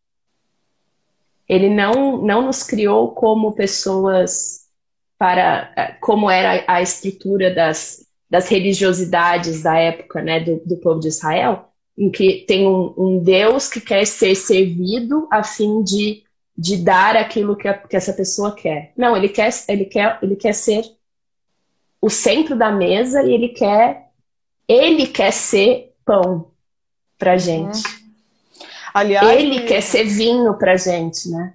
Ele não nos criou como pessoas como era a estrutura das religiosidades da época, né, do povo de Israel, em que tem um Deus que quer ser servido a fim de dar aquilo que essa pessoa quer. Não, ele quer ser o centro da mesa e ele quer ser pão pra gente. Aliás, ele quer ser vinho pra gente, né?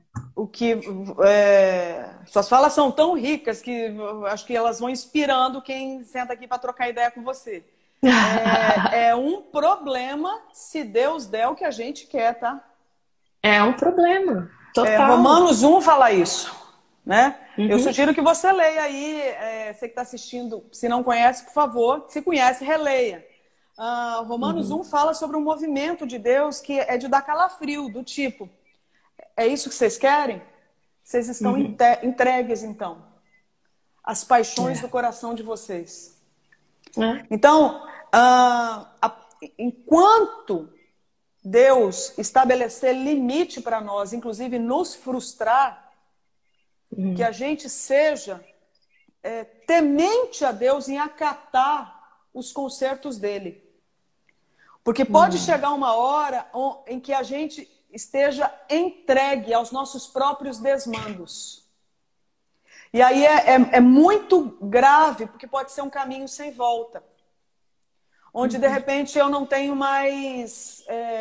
Suas falas são tão ricas que acho que elas vão inspirando quem senta aqui para trocar ideia com você. É um problema se Deus der o que a gente quer, tá? É um problema, total. Romanos 1 fala isso, né? Eu sugiro que você leia aí, você que está assistindo, se não conhece, por favor, se conhece, releia. Romanos 1 fala sobre um movimento de Deus que é de dar calafrio, do tipo, é isso que vocês querem? Vocês estão entregues, então, às paixões do coração de vocês. Então, enquanto Deus estabelecer limite para nós, inclusive nos frustrar, que a gente seja temente a Deus em acatar os consertos dele. Porque pode chegar uma hora em que a gente esteja entregue aos nossos próprios desmandos. E aí é muito grave, porque pode ser um caminho sem volta. Onde, de repente, eu não tenho mais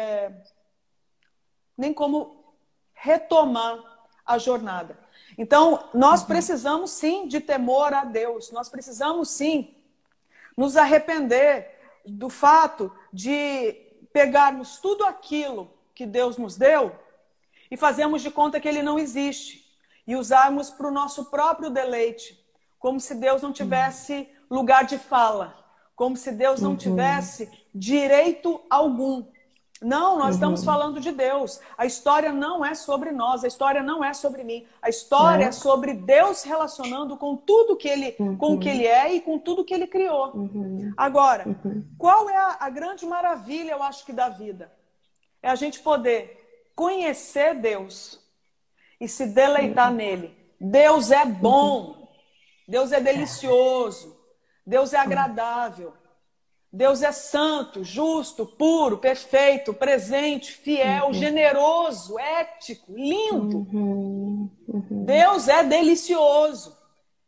nem como retomar a jornada. Então, nós precisamos, sim, de temor a Deus. Nós precisamos, sim, nos arrepender do fato de pegarmos tudo aquilo que Deus nos deu e fazermos de conta que ele não existe. E usarmos para o nosso próprio deleite. Como se Deus não tivesse lugar de fala. Como se Deus não tivesse direito algum. Não, nós estamos falando de Deus. A história não é sobre nós, a história não é sobre mim. A história é sobre Deus se relacionando com tudo que ele, com o que ele é e com tudo que ele criou. Agora, qual é a grande maravilha, eu acho que, da vida? É a gente poder conhecer Deus e se deleitar nele. Deus é bom, Deus é delicioso, Deus é agradável. Deus é santo, justo, puro, perfeito, presente, fiel, generoso, ético, lindo. Deus é delicioso.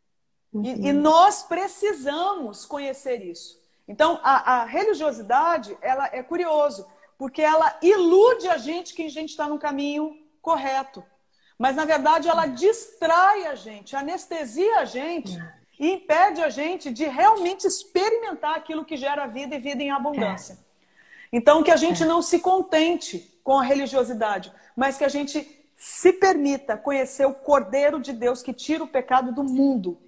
E nós precisamos conhecer isso. Então, a religiosidade, ela é curioso, porque ela ilude a gente que a gente está no caminho correto. Mas, na verdade, ela distrai a gente, anestesia a gente e impede a gente de realmente experimentar aquilo que gera vida e vida em abundância. Então, que a gente não se contente com a religiosidade, mas que a gente se permita conhecer o Cordeiro de Deus que tira o pecado do mundo.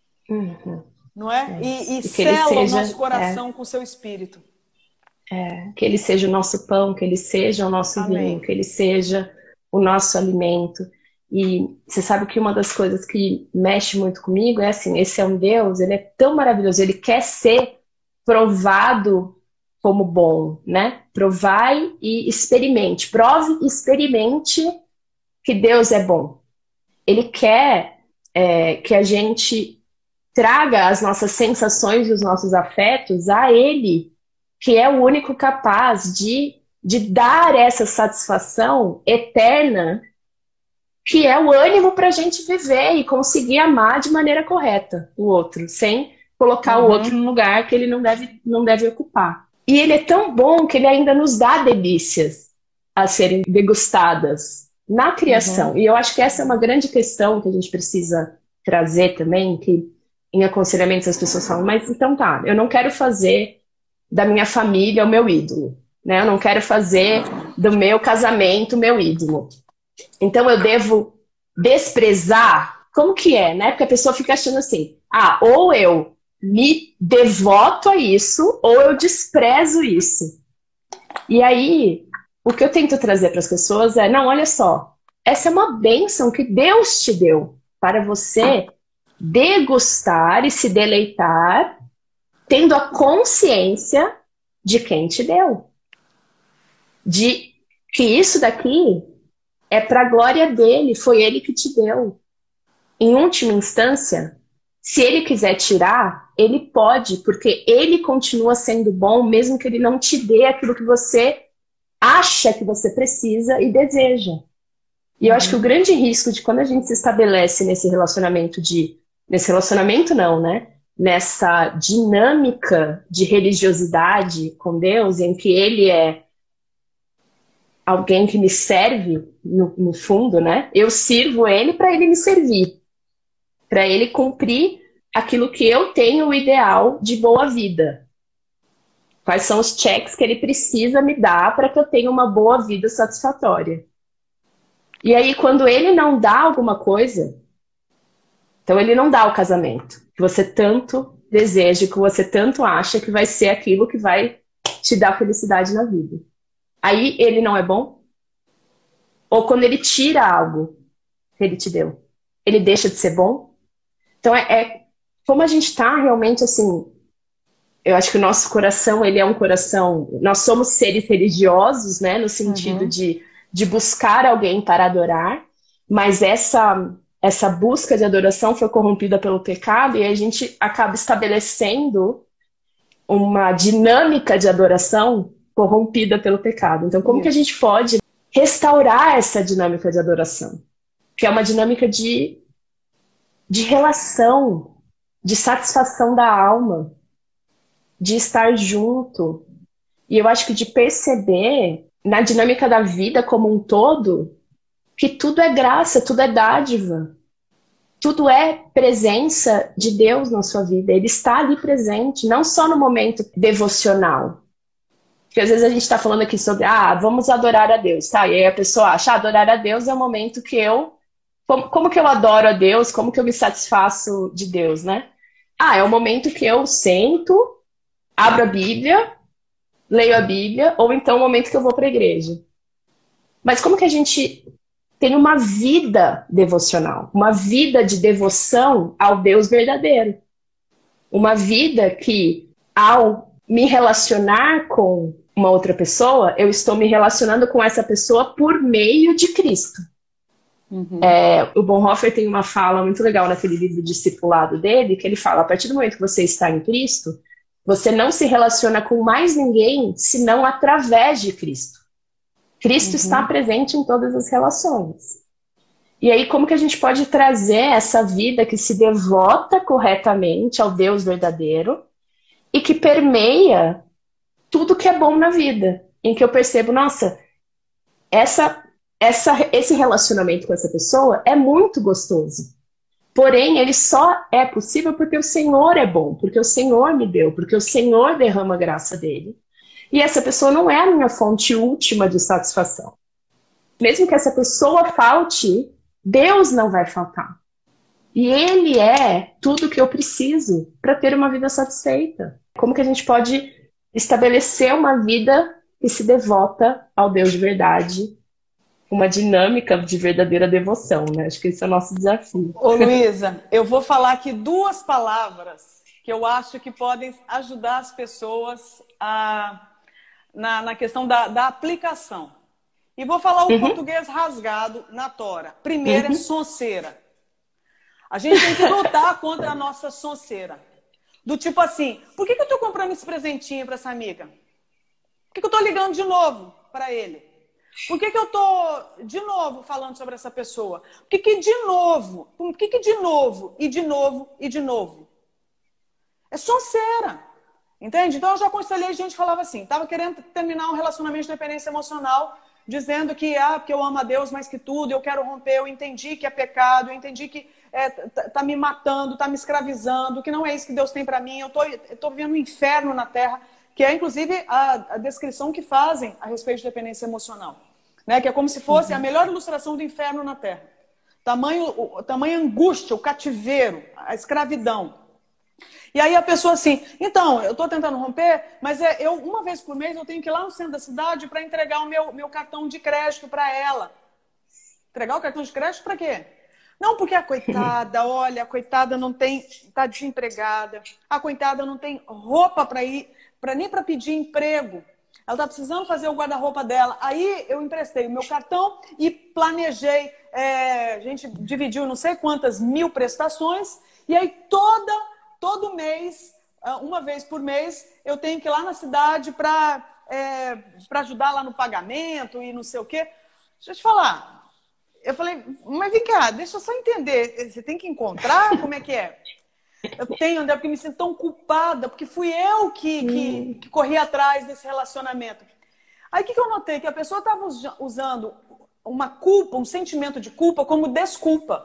Não é? E sela o nosso coração com o seu espírito. Que ele seja o nosso pão, que ele seja o nosso vinho, que ele seja o nosso alimento. E você sabe que uma das coisas que mexe muito comigo é assim, esse é um Deus, ele é tão maravilhoso, ele quer ser provado como bom, né? Provai e experimente. Prove e experimente que Deus é bom. Ele quer que a gente traga as nossas sensações e os nossos afetos a ele, que é o único capaz de dar essa satisfação eterna, que é o ânimo para a gente viver e conseguir amar de maneira correta o outro, sem colocar o outro no lugar que ele não deve ocupar. E ele é tão bom que ele ainda nos dá delícias a serem degustadas na criação. E eu acho que essa é uma grande questão que a gente precisa trazer também, que em aconselhamentos as pessoas falam, mas então tá, eu não quero fazer da minha família o meu ídolo, né? Eu não quero fazer do meu casamento o meu ídolo. Então eu devo desprezar? Como que é, né? Porque a pessoa fica achando assim, ou eu me devoto a isso, ou eu desprezo isso. E aí, o que eu tento trazer para as pessoas é, não, olha só, essa é uma bênção que Deus te deu para você degustar e se deleitar, tendo a consciência de quem te deu. De que isso daqui é para a glória dele, foi ele que te deu. Em última instância, se ele quiser tirar, ele pode, porque ele continua sendo bom, mesmo que ele não te dê aquilo que você acha que você precisa e deseja. E eu acho que o grande risco de quando a gente se estabelece nesse relacionamento nesse relacionamento não, né? Nessa dinâmica de religiosidade com Deus, em que ele é alguém que me serve, no fundo, né? Eu sirvo ele para ele me servir, para ele cumprir aquilo que eu tenho o ideal de boa vida. Quais são os checks que ele precisa me dar para que eu tenha uma boa vida satisfatória. E aí, quando ele não dá alguma coisa, então ele não dá o casamento que você tanto deseja, que você tanto acha que vai ser aquilo que vai te dar felicidade na vida. Aí ele não é bom? Ou quando ele tira algo que ele te deu, ele deixa de ser bom? Então como a gente está realmente assim, Eu acho que o nosso coração, ele é um coração... Nós somos seres religiosos, né? No sentido Uhum. de buscar alguém para adorar. Mas essa busca de adoração foi corrompida pelo pecado e a gente acaba estabelecendo uma dinâmica de adoração corrompida pelo pecado. Então, como que a Isso. gente pode restaurar essa dinâmica de adoração? Que é uma dinâmica de relação, de satisfação da alma, de estar junto. E eu acho que de perceber na dinâmica da vida como um todo que tudo é graça, tudo é dádiva, tudo é presença de Deus na sua vida. Ele está ali presente, não só no momento devocional. Porque às vezes a gente está falando aqui sobre, vamos adorar a Deus, tá? E aí a pessoa acha, adorar a Deus é o momento que eu. Como que eu adoro a Deus? Como que eu me satisfaço de Deus, né? É o momento que eu sento, abro a Bíblia, leio a Bíblia, ou então o momento que eu vou para a igreja. Mas como que a gente tem uma vida devocional, uma vida de devoção ao Deus verdadeiro? Uma vida que, ao me relacionar com uma outra pessoa, eu estou me relacionando com essa pessoa por meio de Cristo. O Bonhoeffer tem uma fala muito legal naquele livro Discipulado dele, que ele fala, a partir do momento que você está em Cristo, você não se relaciona com mais ninguém senão através de Cristo. Cristo está presente em todas as relações. E aí, como que a gente pode trazer essa vida que se devota corretamente ao Deus verdadeiro e que permeia tudo que é bom na vida? Em que eu percebo, nossa, esse relacionamento com essa pessoa é muito gostoso. Porém, ele só é possível porque o Senhor é bom, porque o Senhor me deu, porque o Senhor derrama a graça dele. E essa pessoa não é a minha fonte última de satisfação. Mesmo que essa pessoa falte, Deus não vai faltar. E Ele é tudo que eu preciso para ter uma vida satisfeita. Como que a gente pode estabelecer uma vida que se devota ao Deus de verdade, uma dinâmica de verdadeira devoção, né? Acho que esse é o nosso desafio. Ô Luísa, eu vou falar aqui duas palavras que eu acho que podem ajudar as pessoas na questão da aplicação. E vou falar o português rasgado na tora. Primeiro é sonceira. A gente tem que lutar contra a nossa sonceira. Do tipo assim, por que eu tô comprando esse presentinho para essa amiga? Por que eu tô ligando de novo para ele? Por que eu tô de novo falando sobre essa pessoa? Por que de novo? Por que de novo? E de novo? E de novo? É sonceira. Entende? Então eu já aconselhei gente que falava assim, tava querendo terminar um relacionamento de dependência emocional, dizendo que, porque eu amo a Deus mais que tudo, eu quero romper, eu entendi que é pecado, eu entendi que tá me matando, tá me escravizando, que não é isso que Deus tem para mim, eu tô vivendo um inferno na Terra, que é inclusive a descrição que fazem a respeito de dependência emocional, né? Que é como se fosse a melhor ilustração do inferno na Terra. Tamanha angústia, o cativeiro, a escravidão. E aí a pessoa assim, então, eu estou tentando romper, mas uma vez por mês eu tenho que ir lá no centro da cidade para entregar o meu cartão de crédito para ela. Entregar o cartão de crédito para quê? Não, porque a coitada, olha, a coitada não tem, está desempregada, a coitada não tem roupa para ir, nem para pedir emprego. Ela está precisando fazer o guarda-roupa dela. Aí eu emprestei o meu cartão e planejei, a gente dividiu não sei quantas mil prestações, e aí todo mês, uma vez por mês, eu tenho que ir lá na cidade para ajudar lá no pagamento e não sei o quê. Deixa eu te falar. Eu falei, mas vem cá, deixa eu só entender. Você tem que encontrar? Como é que é? Eu tenho, André, porque me sinto tão culpada, porque fui eu que corri atrás desse relacionamento. Aí o que eu notei? Que a pessoa estava usando uma culpa, um sentimento de culpa como desculpa.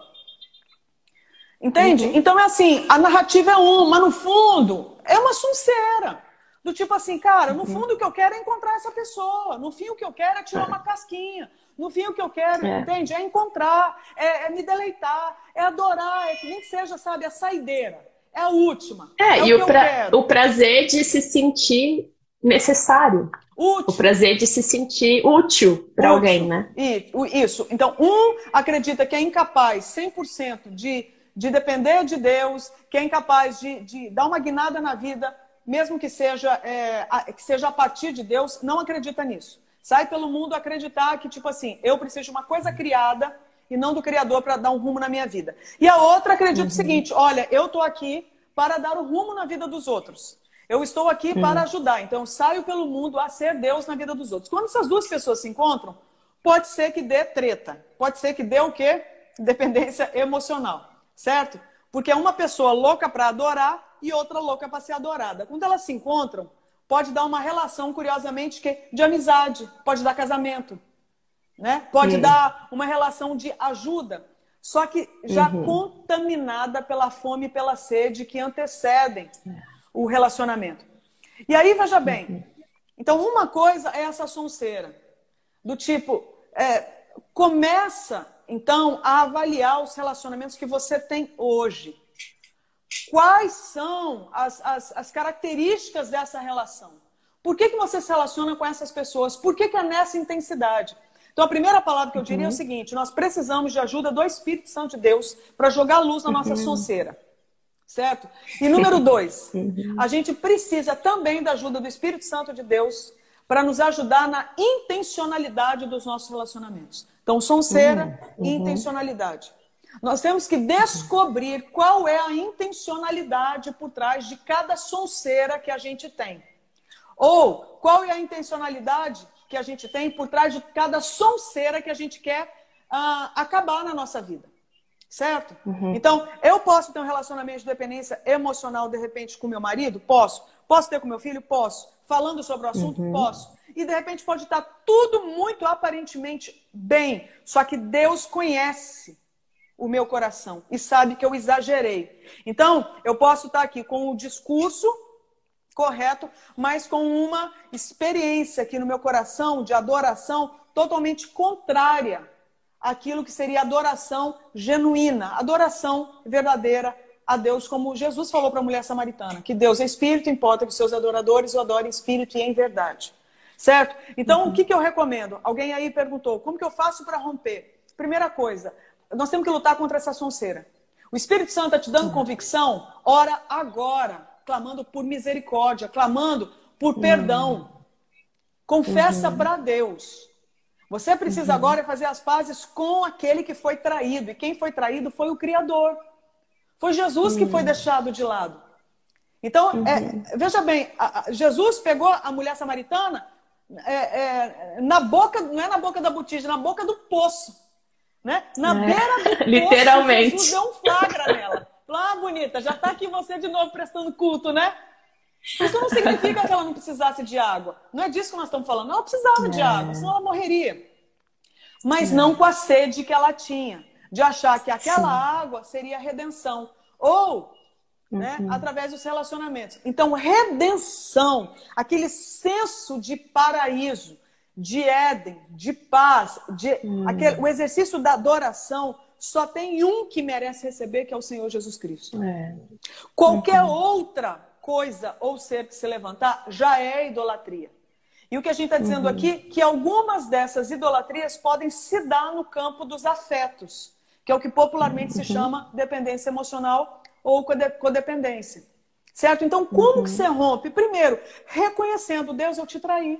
Entende? Então é assim, a narrativa é uma, mas no fundo é uma sonceira. Do tipo assim, cara, no fundo o que eu quero é encontrar essa pessoa. No fim o que eu quero é tirar uma casquinha. No fim o que eu quero, entende? É encontrar, é me deleitar, é adorar, é que nem que seja, sabe, a saideira. É a última. E o prazer de se sentir necessário. Útil. O prazer de se sentir útil para alguém, né? Isso. Então, acredita que é incapaz 100% de depender de Deus, que é incapaz de dar uma guinada na vida mesmo que seja a partir de Deus, não acredita nisso. Sai pelo mundo acreditar que, tipo assim, eu preciso de uma coisa criada e não do Criador para dar um rumo na minha vida. E a outra acredita o seguinte, olha, eu estou aqui para dar o rumo na vida dos outros. Eu estou aqui para ajudar. Então, eu saio pelo mundo a ser Deus na vida dos outros. Quando essas duas pessoas se encontram, pode ser que dê treta. Pode ser que dê o quê? Dependência emocional. Certo? Porque é uma pessoa louca para adorar e outra louca para ser adorada. Quando elas se encontram, pode dar uma relação, curiosamente, de amizade. Pode dar casamento. Né? Pode dar uma relação de ajuda. Só que já contaminada pela fome e pela sede que antecedem o relacionamento. E aí, veja bem. Então, uma coisa é essa sonseira. Do tipo, começa, então, a avaliar os relacionamentos que você tem hoje. Quais são as características dessa relação? Por que você se relaciona com essas pessoas? Por que é nessa intensidade? Então, a primeira palavra que eu diria é o seguinte, nós precisamos de ajuda do Espírito Santo de Deus para jogar luz na nossa sonseira. Certo? E número 2, a gente precisa também da ajuda do Espírito Santo de Deus para nos ajudar na intencionalidade dos nossos relacionamentos. Então, sonseira e intencionalidade. Nós temos que descobrir qual é a intencionalidade por trás de cada sonseira que a gente tem. Ou qual é a intencionalidade que a gente tem por trás de cada sonseira que a gente quer acabar na nossa vida. Certo? Então, eu posso ter um relacionamento de dependência emocional, de repente, com meu marido? Posso. Posso ter com meu filho? Posso. Falando sobre o assunto? Posso. E, de repente, pode estar tudo muito aparentemente bem. Só que Deus conhece o meu coração e sabe que eu exagerei. Então, eu posso estar aqui com o discurso correto, mas com uma experiência aqui no meu coração de adoração totalmente contrária àquilo que seria adoração genuína, adoração verdadeira a Deus, como Jesus falou para a mulher samaritana, que Deus é espírito, importa que os seus adoradores o adorem em espírito e em verdade. Certo? Então, o que eu recomendo? Alguém aí perguntou, como que eu faço para romper? Primeira coisa, nós temos que lutar contra essa sonseira. O Espírito Santo está te dando convicção? Ora agora, clamando por misericórdia, clamando por perdão. Confessa para Deus. Você precisa agora fazer as pazes com aquele que foi traído. E quem foi traído foi o Criador. Foi Jesus que foi deixado de lado. Então, veja bem, Jesus pegou a mulher samaritana na boca, não é na boca da botija, na boca do poço. Né? Na beira do poço, literalmente. Jesus deu um flagra nela. Ah, bonita, já está aqui você de novo prestando culto, né? Isso não significa que ela não precisasse de água. Não é disso que nós estamos falando. Ela precisava de água, senão ela morreria. Mas não com a sede que ela tinha. De achar que aquela água seria a redenção. Ou, né, através dos relacionamentos. Então, redenção, aquele senso de paraíso, de Éden, de paz, o exercício da adoração, só tem um que merece receber, que é o Senhor Jesus Cristo. Qualquer outra coisa ou ser que se levantar já é idolatria. E o que a gente está dizendo aqui, que algumas dessas idolatrias podem se dar no campo dos afetos, que é o que popularmente se chama dependência emocional ou codependência. Certo? Então, como que você rompe? Primeiro, reconhecendo, Deus, eu te traí.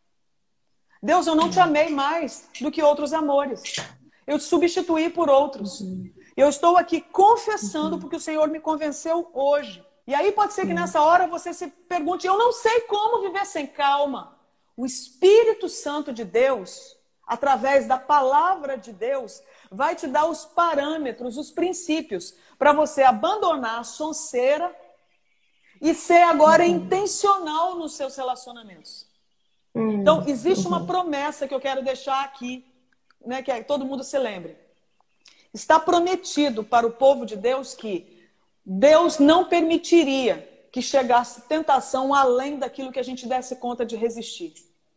Deus, eu não te amei mais do que outros amores. Eu te substituí por outros. Eu estou aqui confessando porque o Senhor me convenceu hoje. E aí pode ser que nessa hora você se pergunte, eu não sei como viver sem calma. O Espírito Santo de Deus, através da palavra de Deus, vai te dar os parâmetros, os princípios, para você abandonar a sonseira e ser agora intencional nos seus relacionamentos. Então, existe uma promessa que eu quero deixar aqui, né, que todo mundo se lembre. Está prometido para o povo de Deus que Deus não permitiria que chegasse tentação além daquilo que a gente desse conta de resistir.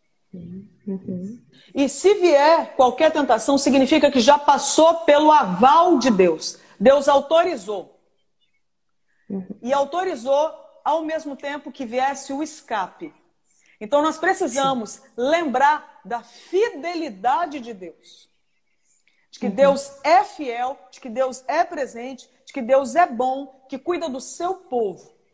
E se vier qualquer tentação, significa que já passou pelo aval de Deus. Deus autorizou. E autorizou ao mesmo tempo que viesse o escape. Então nós precisamos lembrar da fidelidade de Deus. De que Deus é fiel, de que Deus é presente, de que Deus é bom, que cuida do seu povo.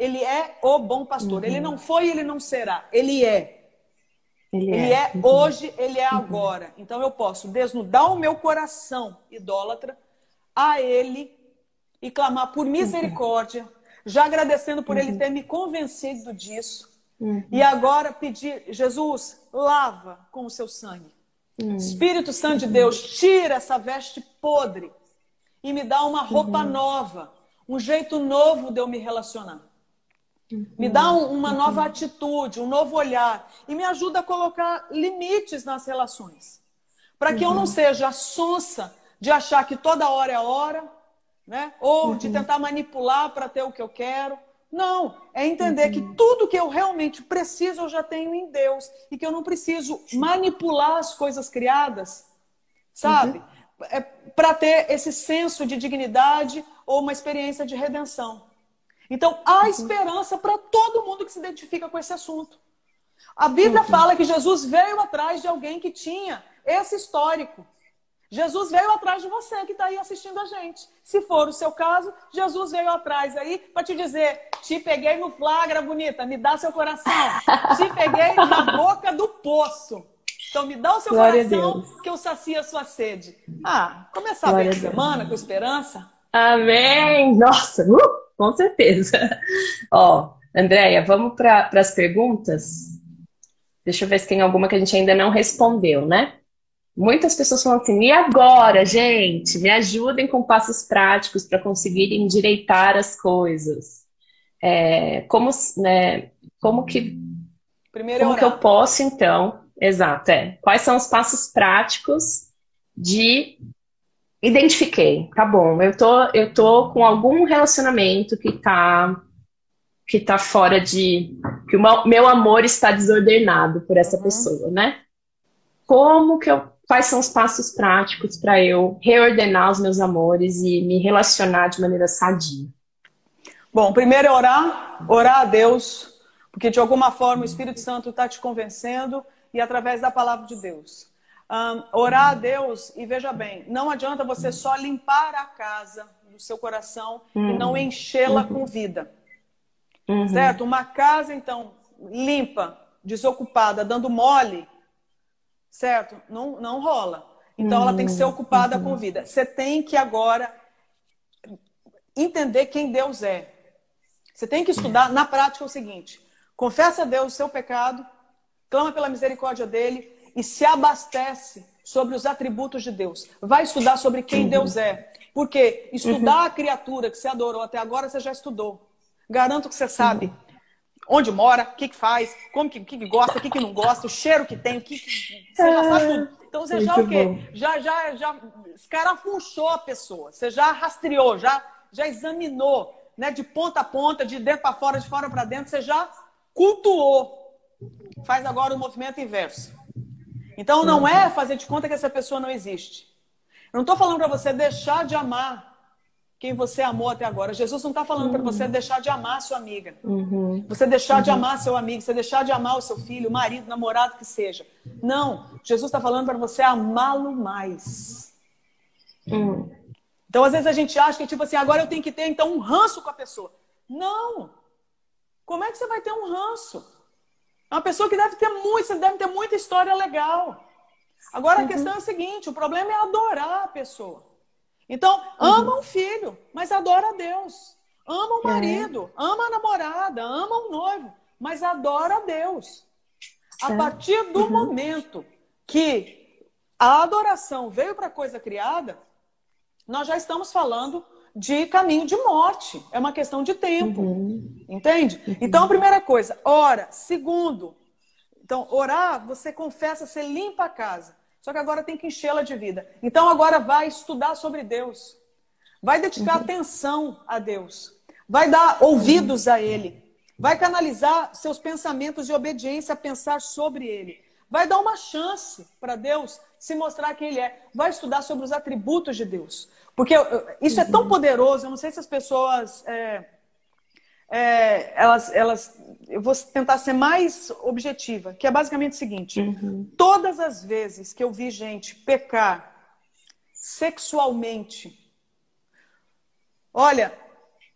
Ele é o bom pastor. Ele não foi, ele não será. Ele é. Ele é Uhum. hoje, ele é agora. Então eu posso desnudar o meu coração idólatra a ele e clamar por misericórdia, já agradecendo por ele ter me convencido disso. E agora pedir, Jesus, lava com o seu sangue. Espírito Santo de Deus, tira essa veste podre e me dá uma roupa nova, um jeito novo de eu me relacionar. Me dá uma nova atitude, um novo olhar. E me ajuda a colocar limites nas relações. Para que eu não seja a sonsa de achar que toda hora, né? Ou de tentar manipular para ter o que eu quero. Não, é entender que tudo que eu realmente preciso eu já tenho em Deus. E que eu não preciso manipular as coisas criadas, sabe? Para ter esse senso de dignidade ou uma experiência de redenção. Então, há esperança para todo mundo que se identifica com esse assunto. A Bíblia fala que Jesus veio atrás de alguém que tinha esse histórico. Jesus veio atrás de você que está aí assistindo a gente. Se for o seu caso, Jesus veio atrás aí para te dizer: te peguei no flagra, bonita, me dá seu coração. Te peguei na boca do poço. Então me dá o seu coração que eu sacio a sua sede. Começar bem a semana com esperança. Amém! Nossa, com certeza. Ó, Andréia, vamos para as perguntas? Deixa eu ver se tem alguma que a gente ainda não respondeu, né? Muitas pessoas falam assim, e agora, gente? Me ajudem com passos práticos para conseguirem endireitar as coisas. Como que eu posso, então... Exato, Quais são os passos práticos de... Identifiquei, tá bom, eu tô com algum relacionamento que tá fora de... que o meu amor está desordenado por essa pessoa, né? Quais são os passos práticos para eu reordenar os meus amores e me relacionar de maneira sadia? Bom, primeiro é orar a Deus, porque de alguma forma o Espírito Santo está te convencendo e através da palavra de Deus. Orar a Deus e veja bem, não adianta você só limpar a casa do seu coração e não enchê-la com vida. Certo? Uma casa, então, limpa, desocupada, dando mole, certo? Não rola. Então ela tem que ser ocupada com vida. Você tem que agora entender quem Deus é. Você tem que estudar. Na prática é o seguinte: confessa a Deus o seu pecado, clama pela misericórdia dele e se abastece sobre os atributos de Deus. Vai estudar sobre quem Deus é. Porque estudar a criatura que você adorou até agora, você já estudou. Garanto que você sabe onde mora, o que faz, como que gosta, o que não gosta, o cheiro que tem, você já sabe tudo. Então você já o quê? Já escarafunchou a pessoa, você já rastreou, já examinou, né, de ponta a ponta, de dentro para fora, de fora para dentro, você já cultuou. Faz agora o movimento inverso. Então não é fazer de conta que essa pessoa não existe. Eu não estou falando para você deixar de amar quem você amou até agora. Jesus não está falando para você deixar de amar a sua amiga. Você deixar de amar seu amigo, você deixar de amar o seu filho, o marido, o namorado que seja. Não. Jesus está falando para você amá-lo mais. Então, às vezes a gente acha que, tipo assim, agora eu tenho que ter, então, um ranço com a pessoa. Não. Como é que você vai ter um ranço? É uma pessoa que você deve ter muita história legal. Agora, a questão é a seguinte, o problema é adorar a pessoa. Então, ama um filho, mas adora a Deus. Ama o marido, ama a namorada, ama o noivo, mas adora a Deus. A partir do momento que a adoração veio para a coisa criada, nós já estamos falando de caminho de morte. É uma questão de tempo. Entende? Então, a primeira coisa, ora. Segundo, então, orar, você confessa, você limpa a casa. Só que agora tem que enchê-la de vida. Então agora vai estudar sobre Deus. Vai dedicar atenção a Deus. Vai dar ouvidos a Ele. Vai canalizar seus pensamentos de obediência a pensar sobre Ele. Vai dar uma chance para Deus se mostrar quem Ele é. Vai estudar sobre os atributos de Deus. Porque isso é tão poderoso. Eu não sei se as pessoas... eu vou tentar ser mais objetiva, que é basicamente o seguinte: todas as vezes que eu vi gente pecar sexualmente, olha,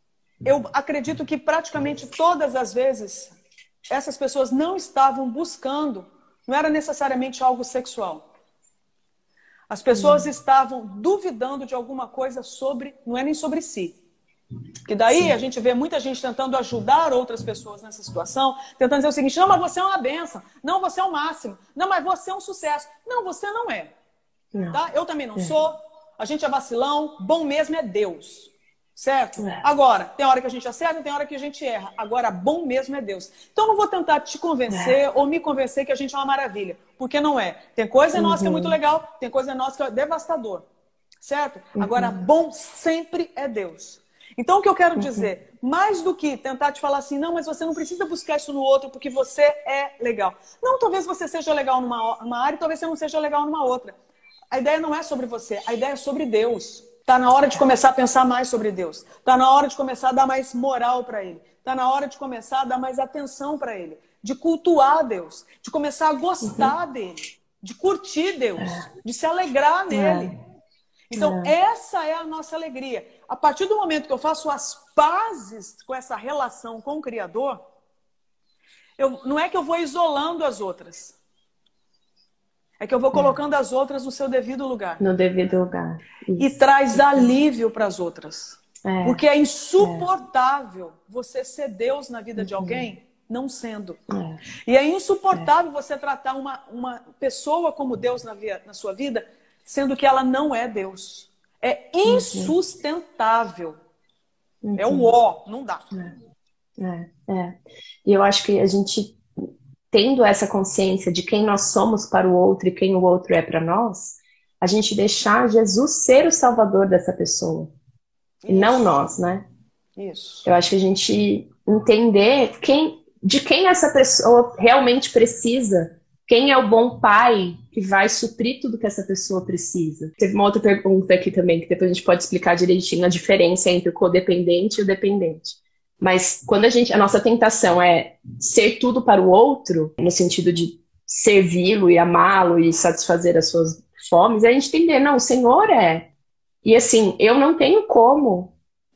eu acredito que praticamente todas as vezes essas pessoas não estavam buscando, não era necessariamente algo sexual. As pessoas estavam duvidando de alguma coisa sobre, não é nem sobre si. Que daí a gente vê muita gente tentando ajudar outras pessoas nessa situação, tentando dizer o seguinte: não, mas você é uma bênção, não, você é o máximo, não, mas você é um sucesso. Não, você não é. Tá? Eu também não sou, a gente é vacilão, bom mesmo é Deus. Certo? Agora, tem hora que a gente acerta, tem hora que a gente erra. Agora, bom mesmo é Deus. Então, não vou tentar te convencer ou me convencer que a gente é uma maravilha. Porque não é. Tem coisa em nós que é muito legal, tem coisa em nós que é devastador. Certo? Agora, bom sempre é Deus. Então, o que eu quero dizer, mais do que tentar te falar assim, não, mas você não precisa buscar isso no outro porque você é legal. Não, talvez você seja legal numa área e talvez você não seja legal numa outra. A ideia não é sobre você, a ideia é sobre Deus. Está na hora de começar a pensar mais sobre Deus. Está na hora de começar a dar mais moral para Ele. Está na hora de começar a dar mais atenção para Ele. De cultuar Deus. De começar a gostar dEle. De curtir Deus. De se alegrar nele. Então, essa é a nossa alegria. A partir do momento que eu faço as pazes com essa relação com o Criador, não é que eu vou isolando as outras. É que eu vou colocando as outras no seu devido lugar. No devido lugar. Isso. E traz alívio para as outras. Porque é insuportável você ser Deus na vida de alguém não sendo. E é insuportável você tratar uma pessoa como Deus na sua vida, sendo que ela não é Deus. É insustentável. É o ó, não dá. E eu acho que a gente, tendo essa consciência de quem nós somos para o outro e quem o outro é para nós, a gente deixar Jesus ser o salvador dessa pessoa. E não nós, né? Isso. Eu acho que a gente entender de quem essa pessoa realmente precisa, quem é o bom pai que vai suprir tudo que essa pessoa precisa. Teve uma outra pergunta aqui também, que depois a gente pode explicar direitinho a diferença entre o codependente e o dependente. Mas quando a nossa tentação é ser tudo para o outro, no sentido de servi-lo e amá-lo e satisfazer as suas fomes, a gente entender, não, o Senhor é. E assim, eu não tenho como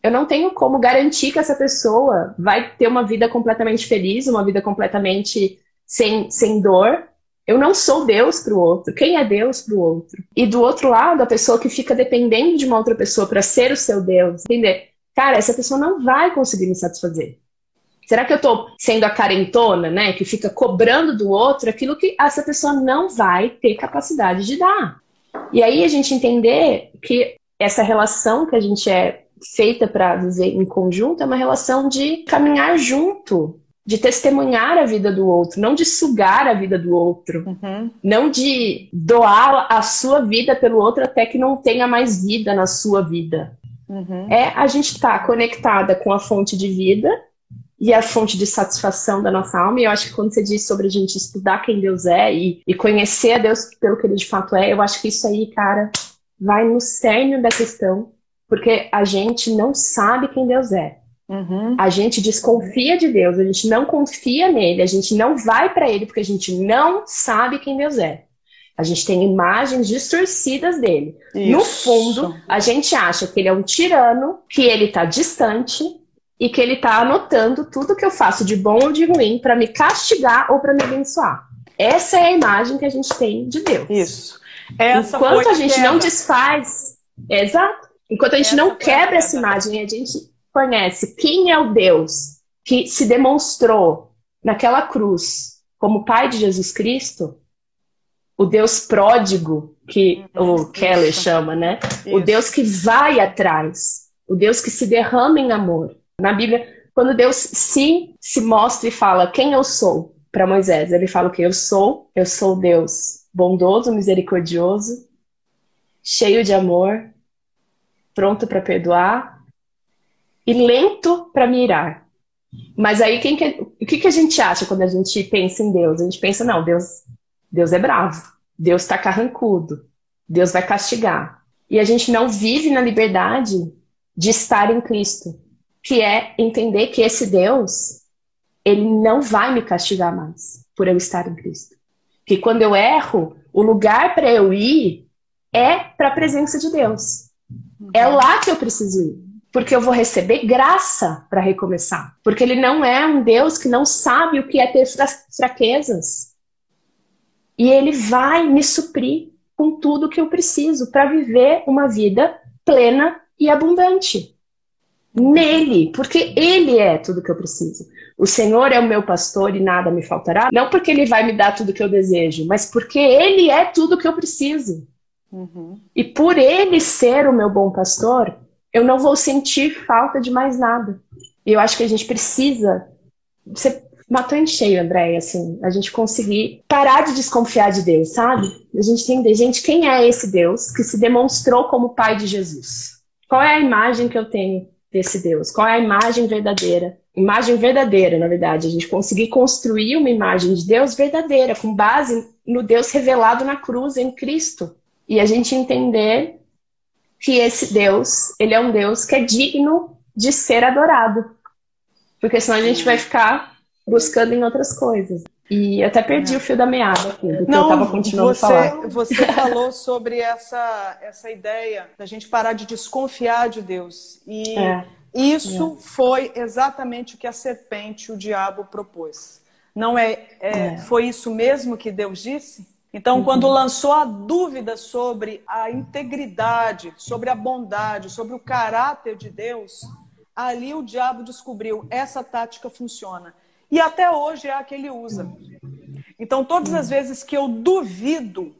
garantir que essa pessoa vai ter uma vida completamente feliz, uma vida completamente sem dor. Eu não sou Deus para o outro. Quem é Deus para o outro? E do outro lado, a pessoa que fica dependendo de uma outra pessoa para ser o seu Deus, entender? Cara, essa pessoa não vai conseguir me satisfazer. Será que eu tô sendo a carentona, né? Que fica cobrando do outro aquilo que essa pessoa não vai ter capacidade de dar. E aí a gente entender que essa relação que a gente é feita para viver em conjunto é uma relação de caminhar junto, de testemunhar a vida do outro, não de sugar a vida do outro, não de doar a sua vida pelo outro até que não tenha mais vida na sua vida. É a gente estar conectada com a fonte de vida e a fonte de satisfação da nossa alma. E eu acho que quando você diz sobre a gente estudar quem Deus é e conhecer a Deus pelo que Ele de fato é, eu acho que isso aí, cara, vai no cerne da questão, porque a gente não sabe quem Deus é. A gente desconfia de Deus, a gente não confia nele, a gente não vai para ele porque a gente não sabe quem Deus é. A gente tem imagens distorcidas dele. Isso. No fundo, a gente acha que ele é um tirano, que ele está distante e que ele está anotando tudo que eu faço de bom ou de ruim para me castigar ou para me abençoar. Essa é a imagem que a gente tem de Deus. Isso. Enquanto a gente não desfaz... Exato. Enquanto a gente não quebra essa imagem, a gente conhece quem é o Deus que se demonstrou naquela cruz como Pai de Jesus Cristo, o Deus pródigo, que o Keller chama, né? Isso. O Deus que vai atrás, o Deus que se derrama em amor. Na Bíblia, quando Deus se mostra e fala quem eu sou para Moisés, ele fala o que eu sou Deus bondoso, misericordioso, cheio de amor, pronto para perdoar e lento para me irar. Mas aí o que a gente acha quando a gente pensa em Deus? A gente pensa, não, Deus é bravo, Deus tá carrancudo, Deus vai castigar. E a gente não vive na liberdade de estar em Cristo, que é entender que esse Deus, ele não vai me castigar mais por eu estar em Cristo. Que quando eu erro, o lugar para eu ir é para a presença de Deus. É lá que eu preciso ir. porque eu vou receber graça para recomeçar. Porque ele não é um Deus que não sabe o que é ter fraquezas. E ele vai me suprir com tudo que eu preciso para viver uma vida plena e abundante. Nele, porque ele é tudo que eu preciso. O Senhor é o meu pastor e nada me faltará. Não porque ele vai me dar tudo que eu desejo, mas porque ele é tudo que eu preciso. E por ele ser o meu bom pastor, eu não vou sentir falta de mais nada. E eu acho que a gente precisa... Você matou em cheio, Andréia, assim, a gente conseguir parar de desconfiar de Deus, sabe? A gente entender, gente, quem é esse Deus que se demonstrou como Pai de Jesus? Qual é a imagem que eu tenho desse Deus? Qual é a imagem verdadeira? Imagem verdadeira, na verdade. A gente conseguir construir uma imagem de Deus verdadeira, com base no Deus revelado na cruz, em Cristo. E a gente entender que esse Deus, ele é um Deus que é digno de ser adorado. Porque senão a gente vai ficar buscando em outras coisas. E eu até perdi o fio da meada aqui, do que eu estava continuando a falar. Você falou sobre essa ideia da gente parar de desconfiar de Deus. E isso foi exatamente o que a serpente, o diabo, propôs. Não foi isso mesmo que Deus disse? Então, quando lançou a dúvida sobre a integridade, sobre a bondade, sobre o caráter de Deus, ali o diabo descobriu, essa tática funciona. E até hoje é a que ele usa. Então, todas as vezes que eu duvido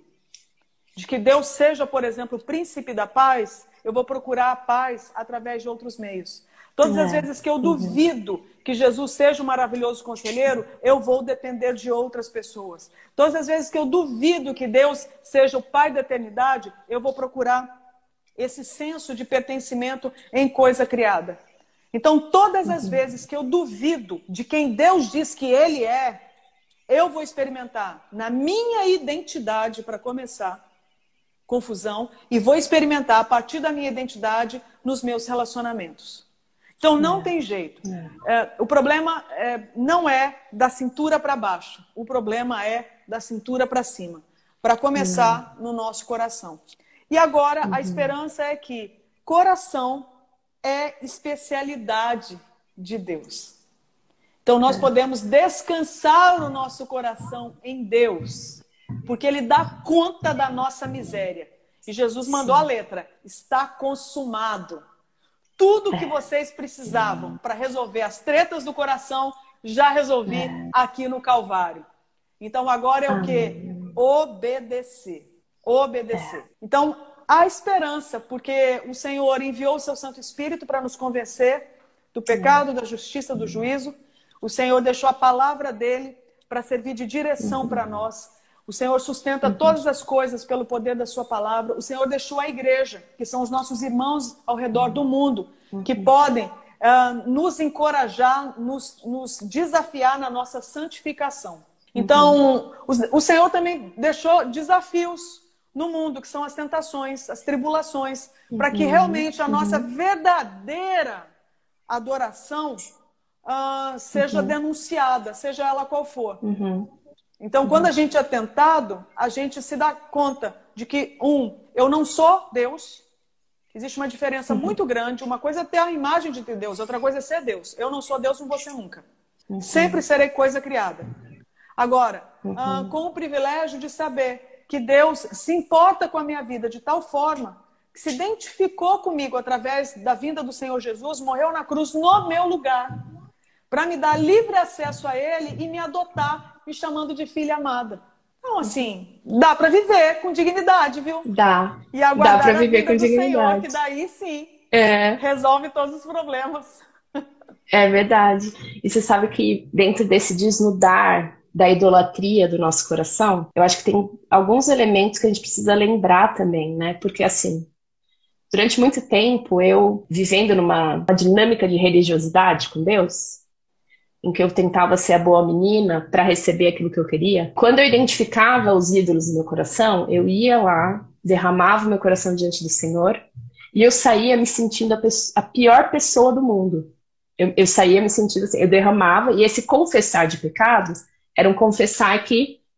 de que Deus seja, por exemplo, o príncipe da paz, eu vou procurar a paz através de outros meios. Todas as vezes que eu duvido que Jesus seja um maravilhoso conselheiro, eu vou depender de outras pessoas. Todas as vezes que eu duvido que Deus seja o Pai da eternidade, eu vou procurar esse senso de pertencimento em coisa criada. Então, todas as vezes que eu duvido de quem Deus diz que Ele é, eu vou experimentar na minha identidade, para começar, confusão, e vou experimentar a partir da minha identidade nos meus relacionamentos. Então, não tem jeito. O problema não é da cintura para baixo. O problema é da cintura para cima. Para começar no nosso coração. E agora, a esperança é que coração é especialidade de Deus. Então, nós podemos descansar o nosso coração em Deus. Porque Ele dá conta da nossa miséria. E Jesus mandou a letra. Está consumado. Tudo que vocês precisavam para resolver as tretas do coração, já resolvi aqui no Calvário. Então agora é o quê? Obedecer. Obedecer. Então, há esperança, porque o Senhor enviou o seu Santo Espírito para nos convencer do pecado, da justiça, do juízo. O Senhor deixou a palavra dele para servir de direção para nós. O Senhor sustenta todas as coisas pelo poder da sua palavra. O Senhor deixou a igreja, que são os nossos irmãos ao redor do mundo, que podem nos encorajar, nos desafiar na nossa santificação. Então, o Senhor também deixou desafios no mundo, que são as tentações, as tribulações, para que realmente a nossa verdadeira adoração seja denunciada, seja ela qual for. Então, quando a gente é tentado, a gente se dá conta de que, eu não sou Deus. Existe uma diferença muito grande. Uma coisa é ter a imagem de Deus, outra coisa é ser Deus. Eu não sou Deus, não vou ser nunca. Sempre serei coisa criada. Agora, com o privilégio de saber que Deus se importa com a minha vida de tal forma que se identificou comigo através da vinda do Senhor Jesus, morreu na cruz no meu lugar, para me dar livre acesso a Ele e me adotar, me chamando de filha amada. Então, assim, dá para viver com dignidade, viu? Dá. E aguardar dá para viver com dignidade. Senhor, que daí sim resolve todos os problemas. É verdade. E você sabe que dentro desse desnudar da idolatria do nosso coração, eu acho que tem alguns elementos que a gente precisa lembrar também, né? Porque, assim, durante muito tempo, eu vivendo numa dinâmica de religiosidade com Deus, em que eu tentava ser a boa menina para receber aquilo que eu queria. Quando eu identificava os ídolos no meu coração, eu ia lá, derramava o meu coração diante do Senhor e eu saía me sentindo a pior pessoa do mundo. Eu saía me sentindo assim, eu derramava, e esse confessar de pecados era um confessar que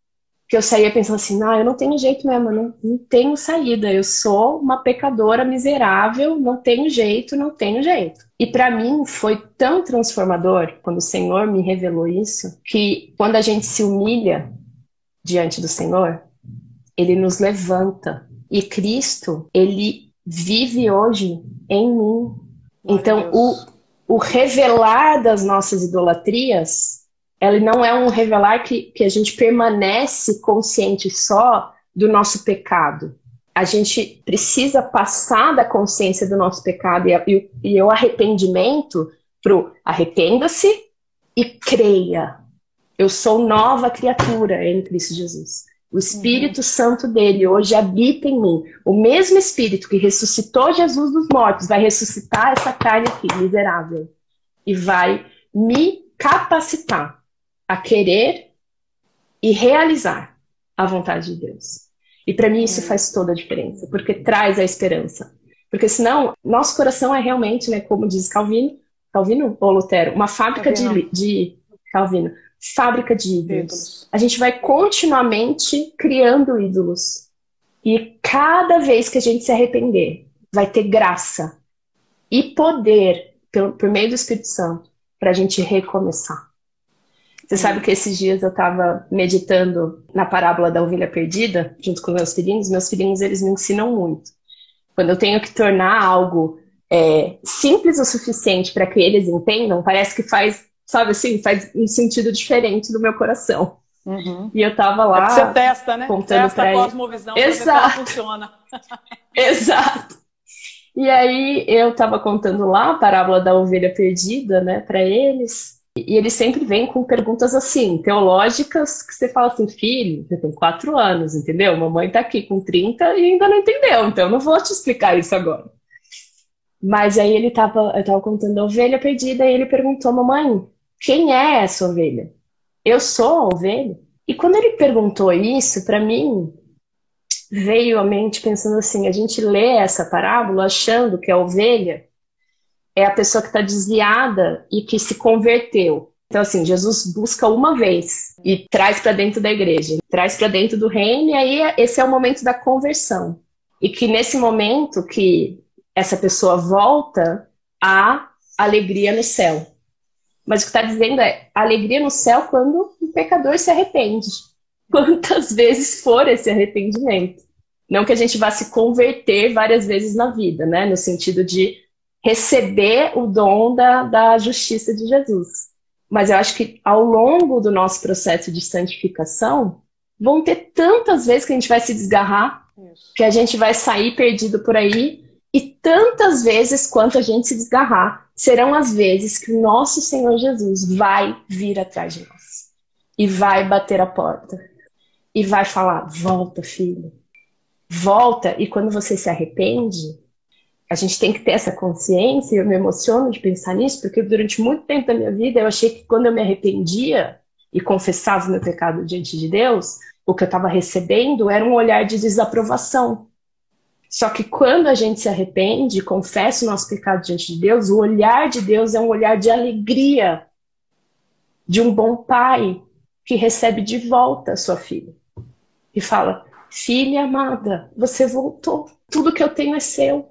que eu saía pensando assim, não, eu não tenho jeito mesmo, eu não tenho saída, eu sou uma pecadora miserável, não tenho jeito, não tenho jeito. E para mim foi tão transformador quando o Senhor me revelou isso, que quando a gente se humilha diante do Senhor, Ele nos levanta. E Cristo, Ele vive hoje em mim. Então, o revelar das nossas idolatrias, ele não é um revelar que a gente permanece consciente só do nosso pecado. A gente precisa passar da consciência do nosso pecado e o arrependimento pro arrependa-se e creia. Eu sou nova criatura em Cristo Jesus. O Espírito Santo dele hoje habita em mim. O mesmo Espírito que ressuscitou Jesus dos mortos vai ressuscitar essa carne aqui, miserável. E vai me capacitar a querer e realizar a vontade de Deus. E para mim isso faz toda a diferença, porque traz a esperança. Porque senão, nosso coração é realmente, né, como diz Calvino ou Lutero, uma fábrica de Calvino, fábrica de ídolos. A gente vai continuamente criando ídolos. E cada vez que a gente se arrepender, vai ter graça e poder por meio do Espírito Santo para a gente recomeçar. Você sabe que esses dias eu estava meditando na parábola da ovelha perdida, junto com meus filhinhos eles me ensinam muito. Quando eu tenho que tornar algo simples o suficiente para que eles entendam, parece que faz, sabe assim, faz um sentido diferente do meu coração. E eu tava lá... Você testa, né? Contando testa a cosmovisão para ver se ela funciona. Exato. E aí eu tava contando lá a parábola da ovelha perdida, né, para eles... E eles sempre vêm com perguntas assim, teológicas, que você fala assim, filho, você tem 4 anos, entendeu? Mamãe tá aqui com 30 e ainda não entendeu, então eu não vou te explicar isso agora. Mas aí eu tava contando a ovelha perdida e ele perguntou, mamãe, quem é essa ovelha? Eu sou a ovelha? E quando ele perguntou isso, para mim, veio à mente pensando assim, a gente lê essa parábola achando que a ovelha é a pessoa que está desviada e que se converteu. Então, assim, Jesus busca uma vez e traz para dentro da igreja, traz para dentro do reino, e aí esse é o momento da conversão. E que nesse momento que essa pessoa volta, há alegria no céu. Mas o que está dizendo é alegria no céu quando o pecador se arrepende. Quantas vezes for esse arrependimento? Não que a gente vá se converter várias vezes na vida, né? No sentido de receber o dom da justiça de Jesus. Mas eu acho que ao longo do nosso processo de santificação, vão ter tantas vezes que a gente vai se desgarrar, que a gente vai sair perdido por aí, e tantas vezes quanto a gente se desgarrar, serão as vezes que o nosso Senhor Jesus vai vir atrás de nós. E vai bater a porta. E vai falar, volta, filho. Volta, e quando você se arrepende... A gente tem que ter essa consciência, e eu me emociono de pensar nisso, porque durante muito tempo da minha vida eu achei que quando eu me arrependia e confessava o meu pecado diante de Deus, o que eu estava recebendo era um olhar de desaprovação. Só que quando a gente se arrepende e confessa o nosso pecado diante de Deus, o olhar de Deus é um olhar de alegria, de um bom pai que recebe de volta a sua filha. E fala, filha amada, você voltou, tudo que eu tenho é seu.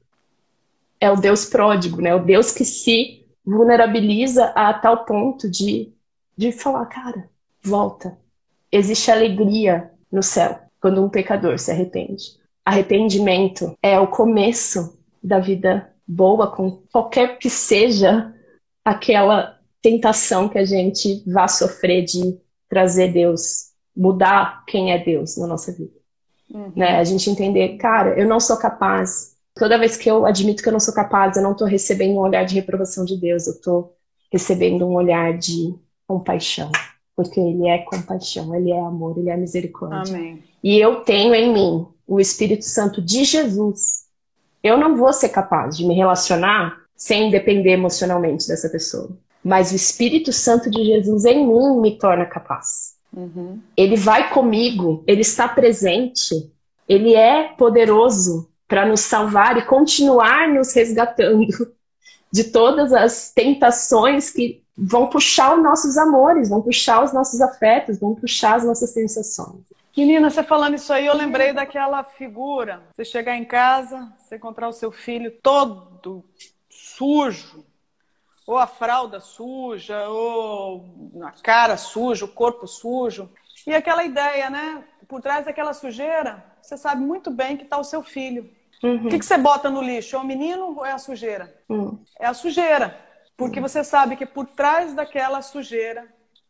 É o Deus pródigo, né? O Deus que se vulnerabiliza a tal ponto de falar, cara, volta. Existe alegria no céu quando um pecador se arrepende. Arrependimento é o começo da vida boa, com qualquer que seja aquela tentação que a gente vá sofrer de trazer Deus, mudar quem é Deus na nossa vida. Né? A gente entender, cara, eu não sou capaz. Toda vez que eu admito que eu não sou capaz, eu não estou recebendo um olhar de reprovação de Deus, eu estou recebendo um olhar de compaixão, porque Ele é compaixão, Ele é amor, Ele é misericórdia. Amém. E eu tenho em mim o Espírito Santo de Jesus. Eu não vou ser capaz de me relacionar sem depender emocionalmente dessa pessoa. Mas o Espírito Santo de Jesus em mim me torna capaz. Ele vai comigo, Ele está presente, Ele é poderoso para nos salvar e continuar nos resgatando de todas as tentações que vão puxar os nossos amores, vão puxar os nossos afetos, vão puxar as nossas sensações. Menina, você falando isso aí, eu lembrei daquela figura. Você chegar em casa, você encontrar o seu filho todo sujo, ou a fralda suja, ou a cara suja, o corpo sujo. E aquela ideia, né? Por trás daquela sujeira, você sabe muito bem que está o seu filho. O que você bota no lixo? É o menino ou é a sujeira? É a sujeira. Porque você sabe que por trás daquela sujeira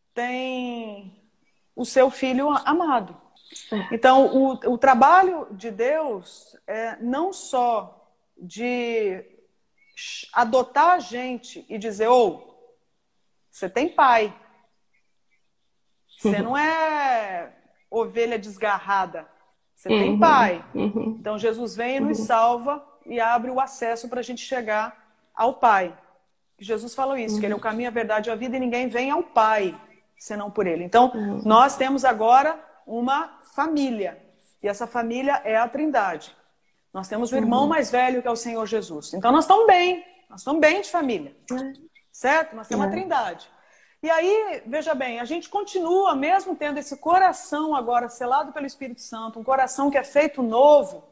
tem o seu filho amado. Então, o trabalho de Deus é não só de adotar a gente e dizer, você tem pai. Você não é ovelha desgarrada. Você tem pai. Então, Jesus vem e nos salva e abre o acesso para a gente chegar ao pai. Jesus falou isso, que ele é o caminho, a verdade e a vida, e ninguém vem ao pai senão por ele. Então, nós temos agora uma família. E essa família é a Trindade. Nós temos o irmão mais velho, que é o Senhor Jesus. Então, nós estamos bem de família. Certo? Nós temos a Trindade. E aí, veja bem, a gente continua, mesmo tendo esse coração agora selado pelo Espírito Santo, um coração que é feito novo,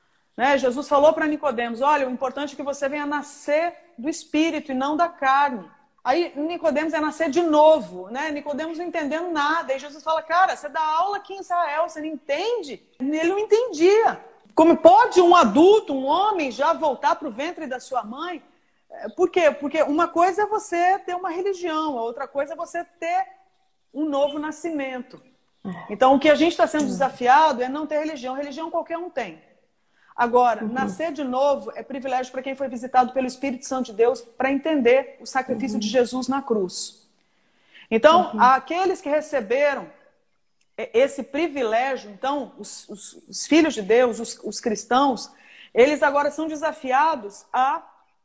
né? Jesus falou para Nicodemos, olha, o importante é que você venha nascer do Espírito e não da carne. Aí Nicodemos é nascer de novo, né? Nicodemos não entendendo nada. Aí Jesus fala, cara, você dá aula aqui em Israel, você não entende? Ele não entendia. Como pode um adulto, um homem, já voltar para o ventre da sua mãe? Por quê? Porque uma coisa é você ter uma religião, a outra coisa é você ter um novo nascimento. Então, o que a gente está sendo desafiado é não ter religião. Religião qualquer um tem. Agora, nascer de novo é privilégio para quem foi visitado pelo Espírito Santo de Deus para entender o sacrifício de Jesus na cruz. Então, aqueles que receberam esse privilégio, então, os filhos de Deus, os cristãos, eles agora são desafiados a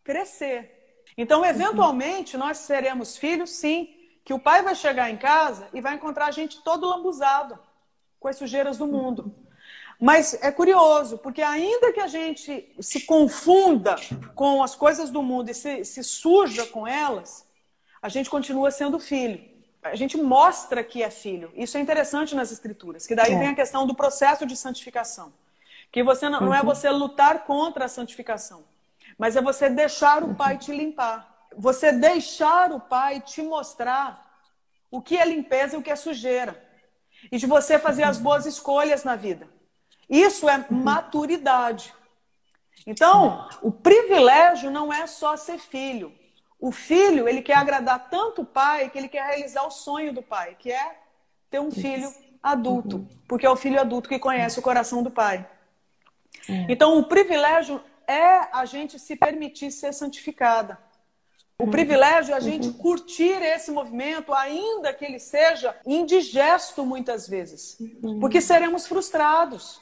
crescer. Então, eventualmente, nós seremos filhos, sim, que o pai vai chegar em casa e vai encontrar a gente todo lambuzado com as sujeiras do mundo. Mas é curioso, porque ainda que a gente se confunda com as coisas do mundo e se suja com elas, a gente continua sendo filho. A gente mostra que é filho. Isso é interessante nas Escrituras, que daí vem a questão do processo de santificação. Que você não é você lutar contra a santificação, mas é você deixar o Pai te limpar. Você deixar o Pai te mostrar o que é limpeza e o que é sujeira. E de você fazer as boas escolhas na vida. Isso é maturidade. Então, o privilégio não é só ser filho. O filho, ele quer agradar tanto o pai que ele quer realizar o sonho do pai, que é ter um filho adulto. Porque é o filho adulto que conhece o coração do pai. Então, o privilégio é a gente se permitir ser santificada. O privilégio é a gente curtir esse movimento, ainda que ele seja indigesto muitas vezes. Porque seremos frustrados.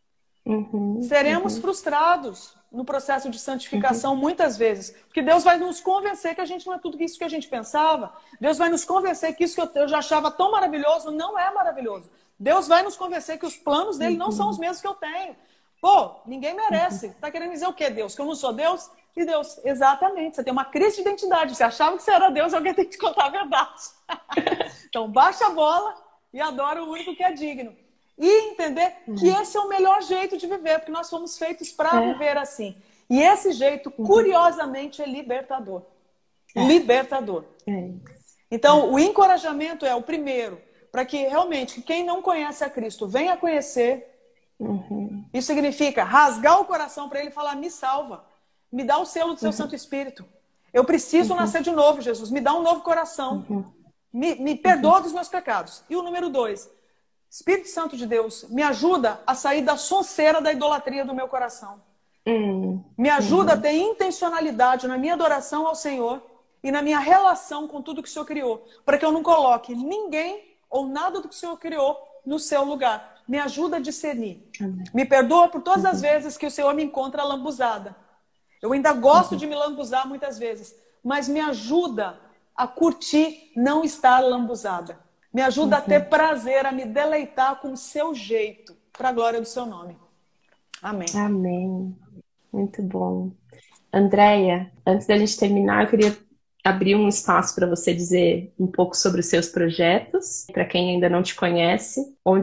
Seremos frustrados no processo de santificação muitas vezes. Porque Deus vai nos convencer que a gente não é tudo isso que a gente pensava. Deus vai nos convencer que isso que eu já achava tão maravilhoso não é maravilhoso. Deus vai nos convencer que os planos dele não são os mesmos que eu tenho. Pô, ninguém merece. Tá querendo dizer o quê, Deus? Que eu não sou Deus? E Deus, exatamente. Você tem uma crise de identidade. Você achava que você era Deus, alguém tem que te contar a verdade. Então, baixa a bola e adora o único que é digno. E entender que esse é o melhor jeito de viver, porque nós fomos feitos para viver assim. E esse jeito, curiosamente, é libertador. Libertador. Então, o encorajamento é o primeiro, para que realmente quem não conhece a Cristo venha conhecer. Isso significa rasgar o coração para ele falar, me salva. Me dá o selo do seu Santo Espírito. Eu preciso nascer de novo, Jesus. Me dá um novo coração. Me perdoa dos meus pecados. E o número 2, Espírito Santo de Deus, me ajuda a sair da sonceira da idolatria do meu coração. Me ajuda a ter intencionalidade na minha adoração ao Senhor e na minha relação com tudo que o Senhor criou. Para que eu não coloque ninguém ou nada do que o Senhor criou no seu lugar. Me ajuda a discernir. Me perdoa por todas as vezes que o Senhor me encontra lambuzada. Eu ainda gosto de me lambuzar muitas vezes, mas me ajuda a curtir não estar lambuzada. Me ajuda a ter prazer, a me deleitar com o seu jeito, para a glória do seu nome. Amém. Amém. Muito bom. Andréia, antes da gente terminar, eu queria abrir um espaço para você dizer um pouco sobre os seus projetos, para quem ainda não te conhece, onde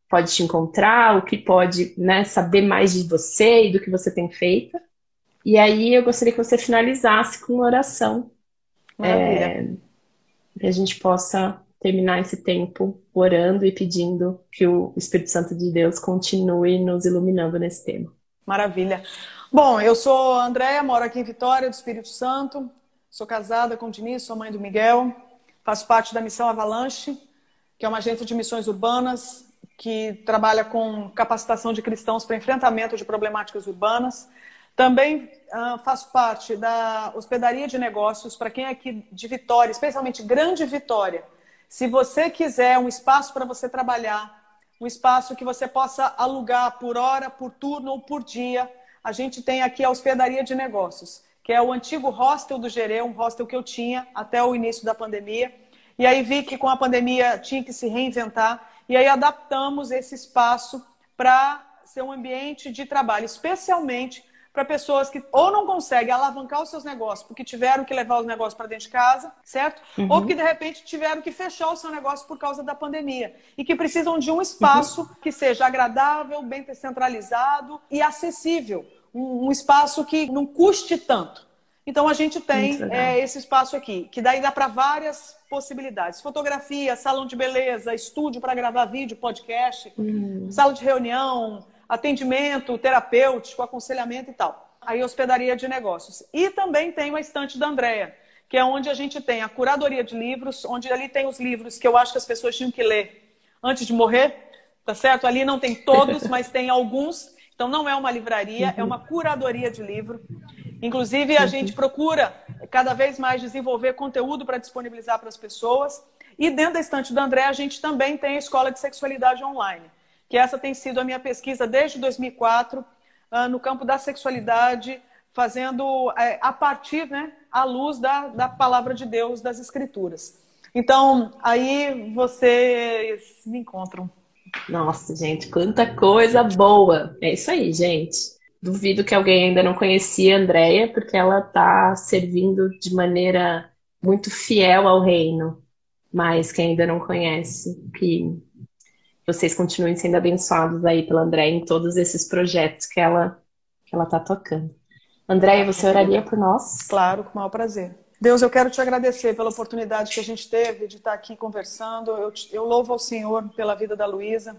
pode te encontrar, o que pode, né, saber mais de você e do que você tem feito. E aí eu gostaria que você finalizasse com uma oração, Maravilha. que a gente possa terminar esse tempo orando e pedindo que o Espírito Santo de Deus continue nos iluminando nesse tema. Maravilha. Bom, eu sou a Andréia, moro aqui em Vitória, do Espírito Santo. Sou casada com o Diniz, sou mãe do Miguel. Faço parte da Missão Avalanche, que é uma agência de missões urbanas que trabalha com capacitação de cristãos para enfrentamento de problemáticas urbanas. Também faço parte da Hospedaria de Negócios, para quem é aqui de Vitória, especialmente Grande Vitória. Se você quiser um espaço para você trabalhar, um espaço que você possa alugar por hora, por turno ou por dia, a gente tem aqui a Hospedaria de Negócios, que é o antigo hostel do Gerê, um hostel que eu tinha até o início da pandemia. E aí vi que com a pandemia tinha que se reinventar, e aí adaptamos esse espaço para ser um ambiente de trabalho, especialmente para pessoas que ou não conseguem alavancar os seus negócios porque tiveram que levar os negócios para dentro de casa, certo? Ou porque de repente tiveram que fechar o seu negócio por causa da pandemia e que precisam de um espaço que seja agradável, bem centralizado e acessível, um espaço que não custe tanto. Então a gente tem esse espaço aqui, que daí dá para várias possibilidades. Fotografia, salão de beleza, estúdio para gravar vídeo, podcast, sala de reunião, atendimento terapêutico, aconselhamento e tal. Aí hospedaria de negócios. E também tem uma estante da Andréia, que é onde a gente tem a curadoria de livros, onde ali tem os livros que eu acho que as pessoas tinham que ler antes de morrer, tá certo? Ali não tem todos, mas tem alguns. Então não é uma livraria, é uma curadoria de livro. Inclusive a gente procura cada vez mais desenvolver conteúdo para disponibilizar para as pessoas. E dentro da estante da Andréia a gente também tem a Escola de Sexualidade Online, que essa tem sido a minha pesquisa desde 2004, no campo da sexualidade, fazendo a partir, né, à luz da palavra de Deus, das Escrituras. Então, aí vocês me encontram. Nossa, gente, quanta coisa boa! É isso aí, gente. Duvido que alguém ainda não conhecia a Andréia, porque ela está servindo de maneira muito fiel ao reino. Mas quem ainda não conhece, que vocês continuem sendo abençoados aí pela Andréia em todos esses projetos que ela está tocando. Andréia, você oraria por nós? Claro, com o maior prazer. Deus, eu quero te agradecer pela oportunidade que a gente teve de estar aqui conversando. Eu louvo ao Senhor pela vida da Luísa,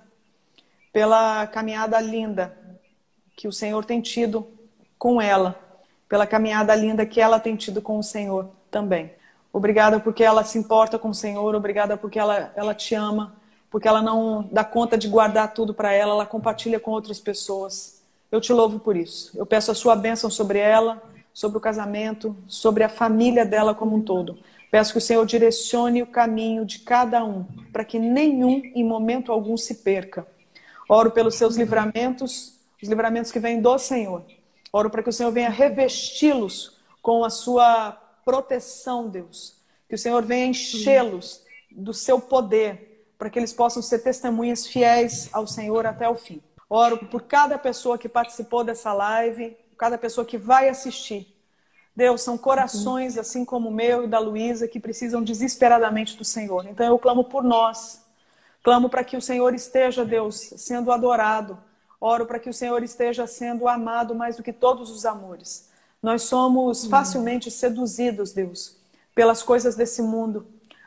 pela caminhada linda que o Senhor tem tido com ela, pela caminhada linda que ela tem tido com o Senhor também. Obrigada porque ela se importa com o Senhor, obrigada porque ela te ama, porque ela não dá conta de guardar tudo para ela, ela compartilha com outras pessoas. Eu te louvo por isso. Eu peço a sua bênção sobre ela, sobre o casamento, sobre a família dela como um todo. Peço que o Senhor direcione o caminho de cada um, para que nenhum, em momento algum, se perca. Oro pelos seus livramentos, os livramentos que vêm do Senhor. Oro para que o Senhor venha revesti-los com a sua proteção, Deus. Que o Senhor venha enchê-los do seu poder, para que eles possam ser testemunhas fiéis ao Senhor até o fim. Oro por cada pessoa que participou dessa live, cada pessoa que vai assistir. Deus, são corações, assim como o meu e da Luísa, que precisam desesperadamente do Senhor. Então eu clamo por nós. Clamo para que o Senhor esteja, Deus, sendo adorado. Oro para que o Senhor esteja sendo amado mais do que todos os amores. Nós somos facilmente seduzidos, Deus, pelas coisas desse mundo.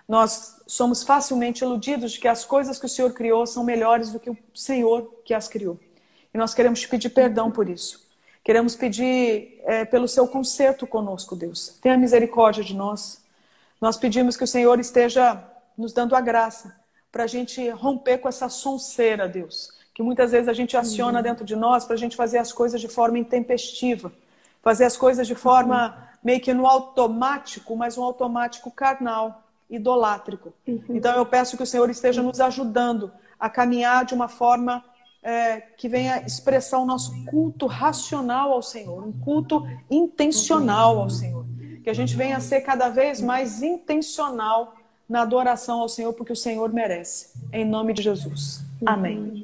Nós somos facilmente iludidos de que as coisas que o Senhor criou são melhores do que o Senhor que as criou. E nós queremos te pedir perdão por isso. Queremos pedir pelo seu conserto conosco, Deus. Tenha misericórdia de nós. Nós pedimos que o Senhor esteja nos dando a graça para a gente romper com essa sonseira, Deus. Que muitas vezes a gente aciona dentro de nós para a gente fazer as coisas de forma intempestiva. Fazer as coisas de forma meio que no automático, mas um automático carnal, idolátrico. Então eu peço que o Senhor esteja nos ajudando a caminhar de uma forma que venha expressar o nosso culto racional ao Senhor, um culto intencional ao Senhor. Que a gente venha ser cada vez mais intencional na adoração ao Senhor, porque o Senhor merece. Em nome de Jesus. Amém.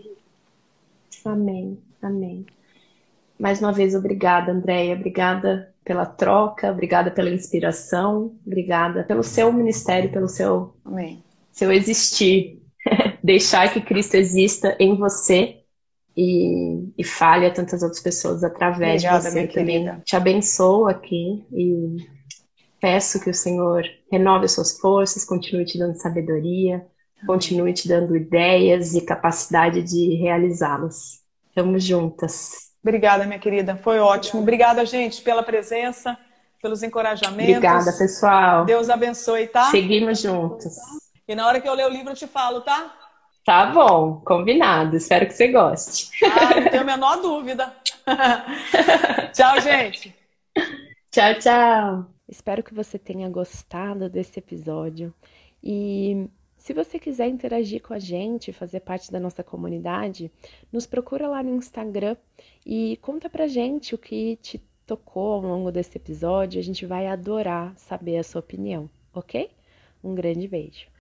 Amém. Amém. Mais uma vez, obrigada, Andréia. Obrigada pela troca, obrigada pela inspiração, obrigada pelo seu ministério, pelo seu Amém. existir deixar que Cristo exista em você e fale a tantas outras pessoas através de Obrigada, você. minha Eu também querida. te abençoo aqui e peço que o Senhor renove as suas forças, continue te dando sabedoria, Amém. continue te dando ideias e capacidade de realizá-las. Estamos juntas. Obrigada, minha querida. Foi ótimo. Obrigada, gente, pela presença, pelos Obrigada, encorajamentos. pessoal. Deus abençoe, tá? Seguimos juntos. E na hora que eu ler o livro, eu te falo, tá? Tá bom, combinado. Espero que você goste. Ah, não tenho a menor dúvida. Tchau, gente. Tchau, tchau. Espero que você tenha gostado desse episódio e se você quiser interagir com a gente, fazer parte da nossa comunidade, nos procura lá no Instagram e conta pra gente o que te tocou ao longo desse episódio. A gente vai adorar saber a sua opinião, ok? Um grande beijo.